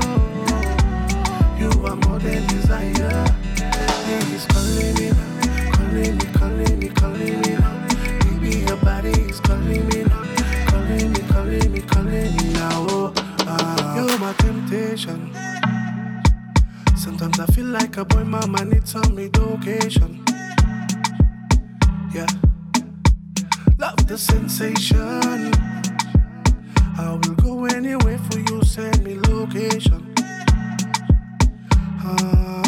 you are more than desire. He's calling me now, calling me, calling me, calling me now. Baby, your body is calling me now, calling me, calling me, calling me now. You're my temptation. Sometimes I feel like a boy, mama needs some education. Yeah, love the sensation. I will go anywhere for you, send me location.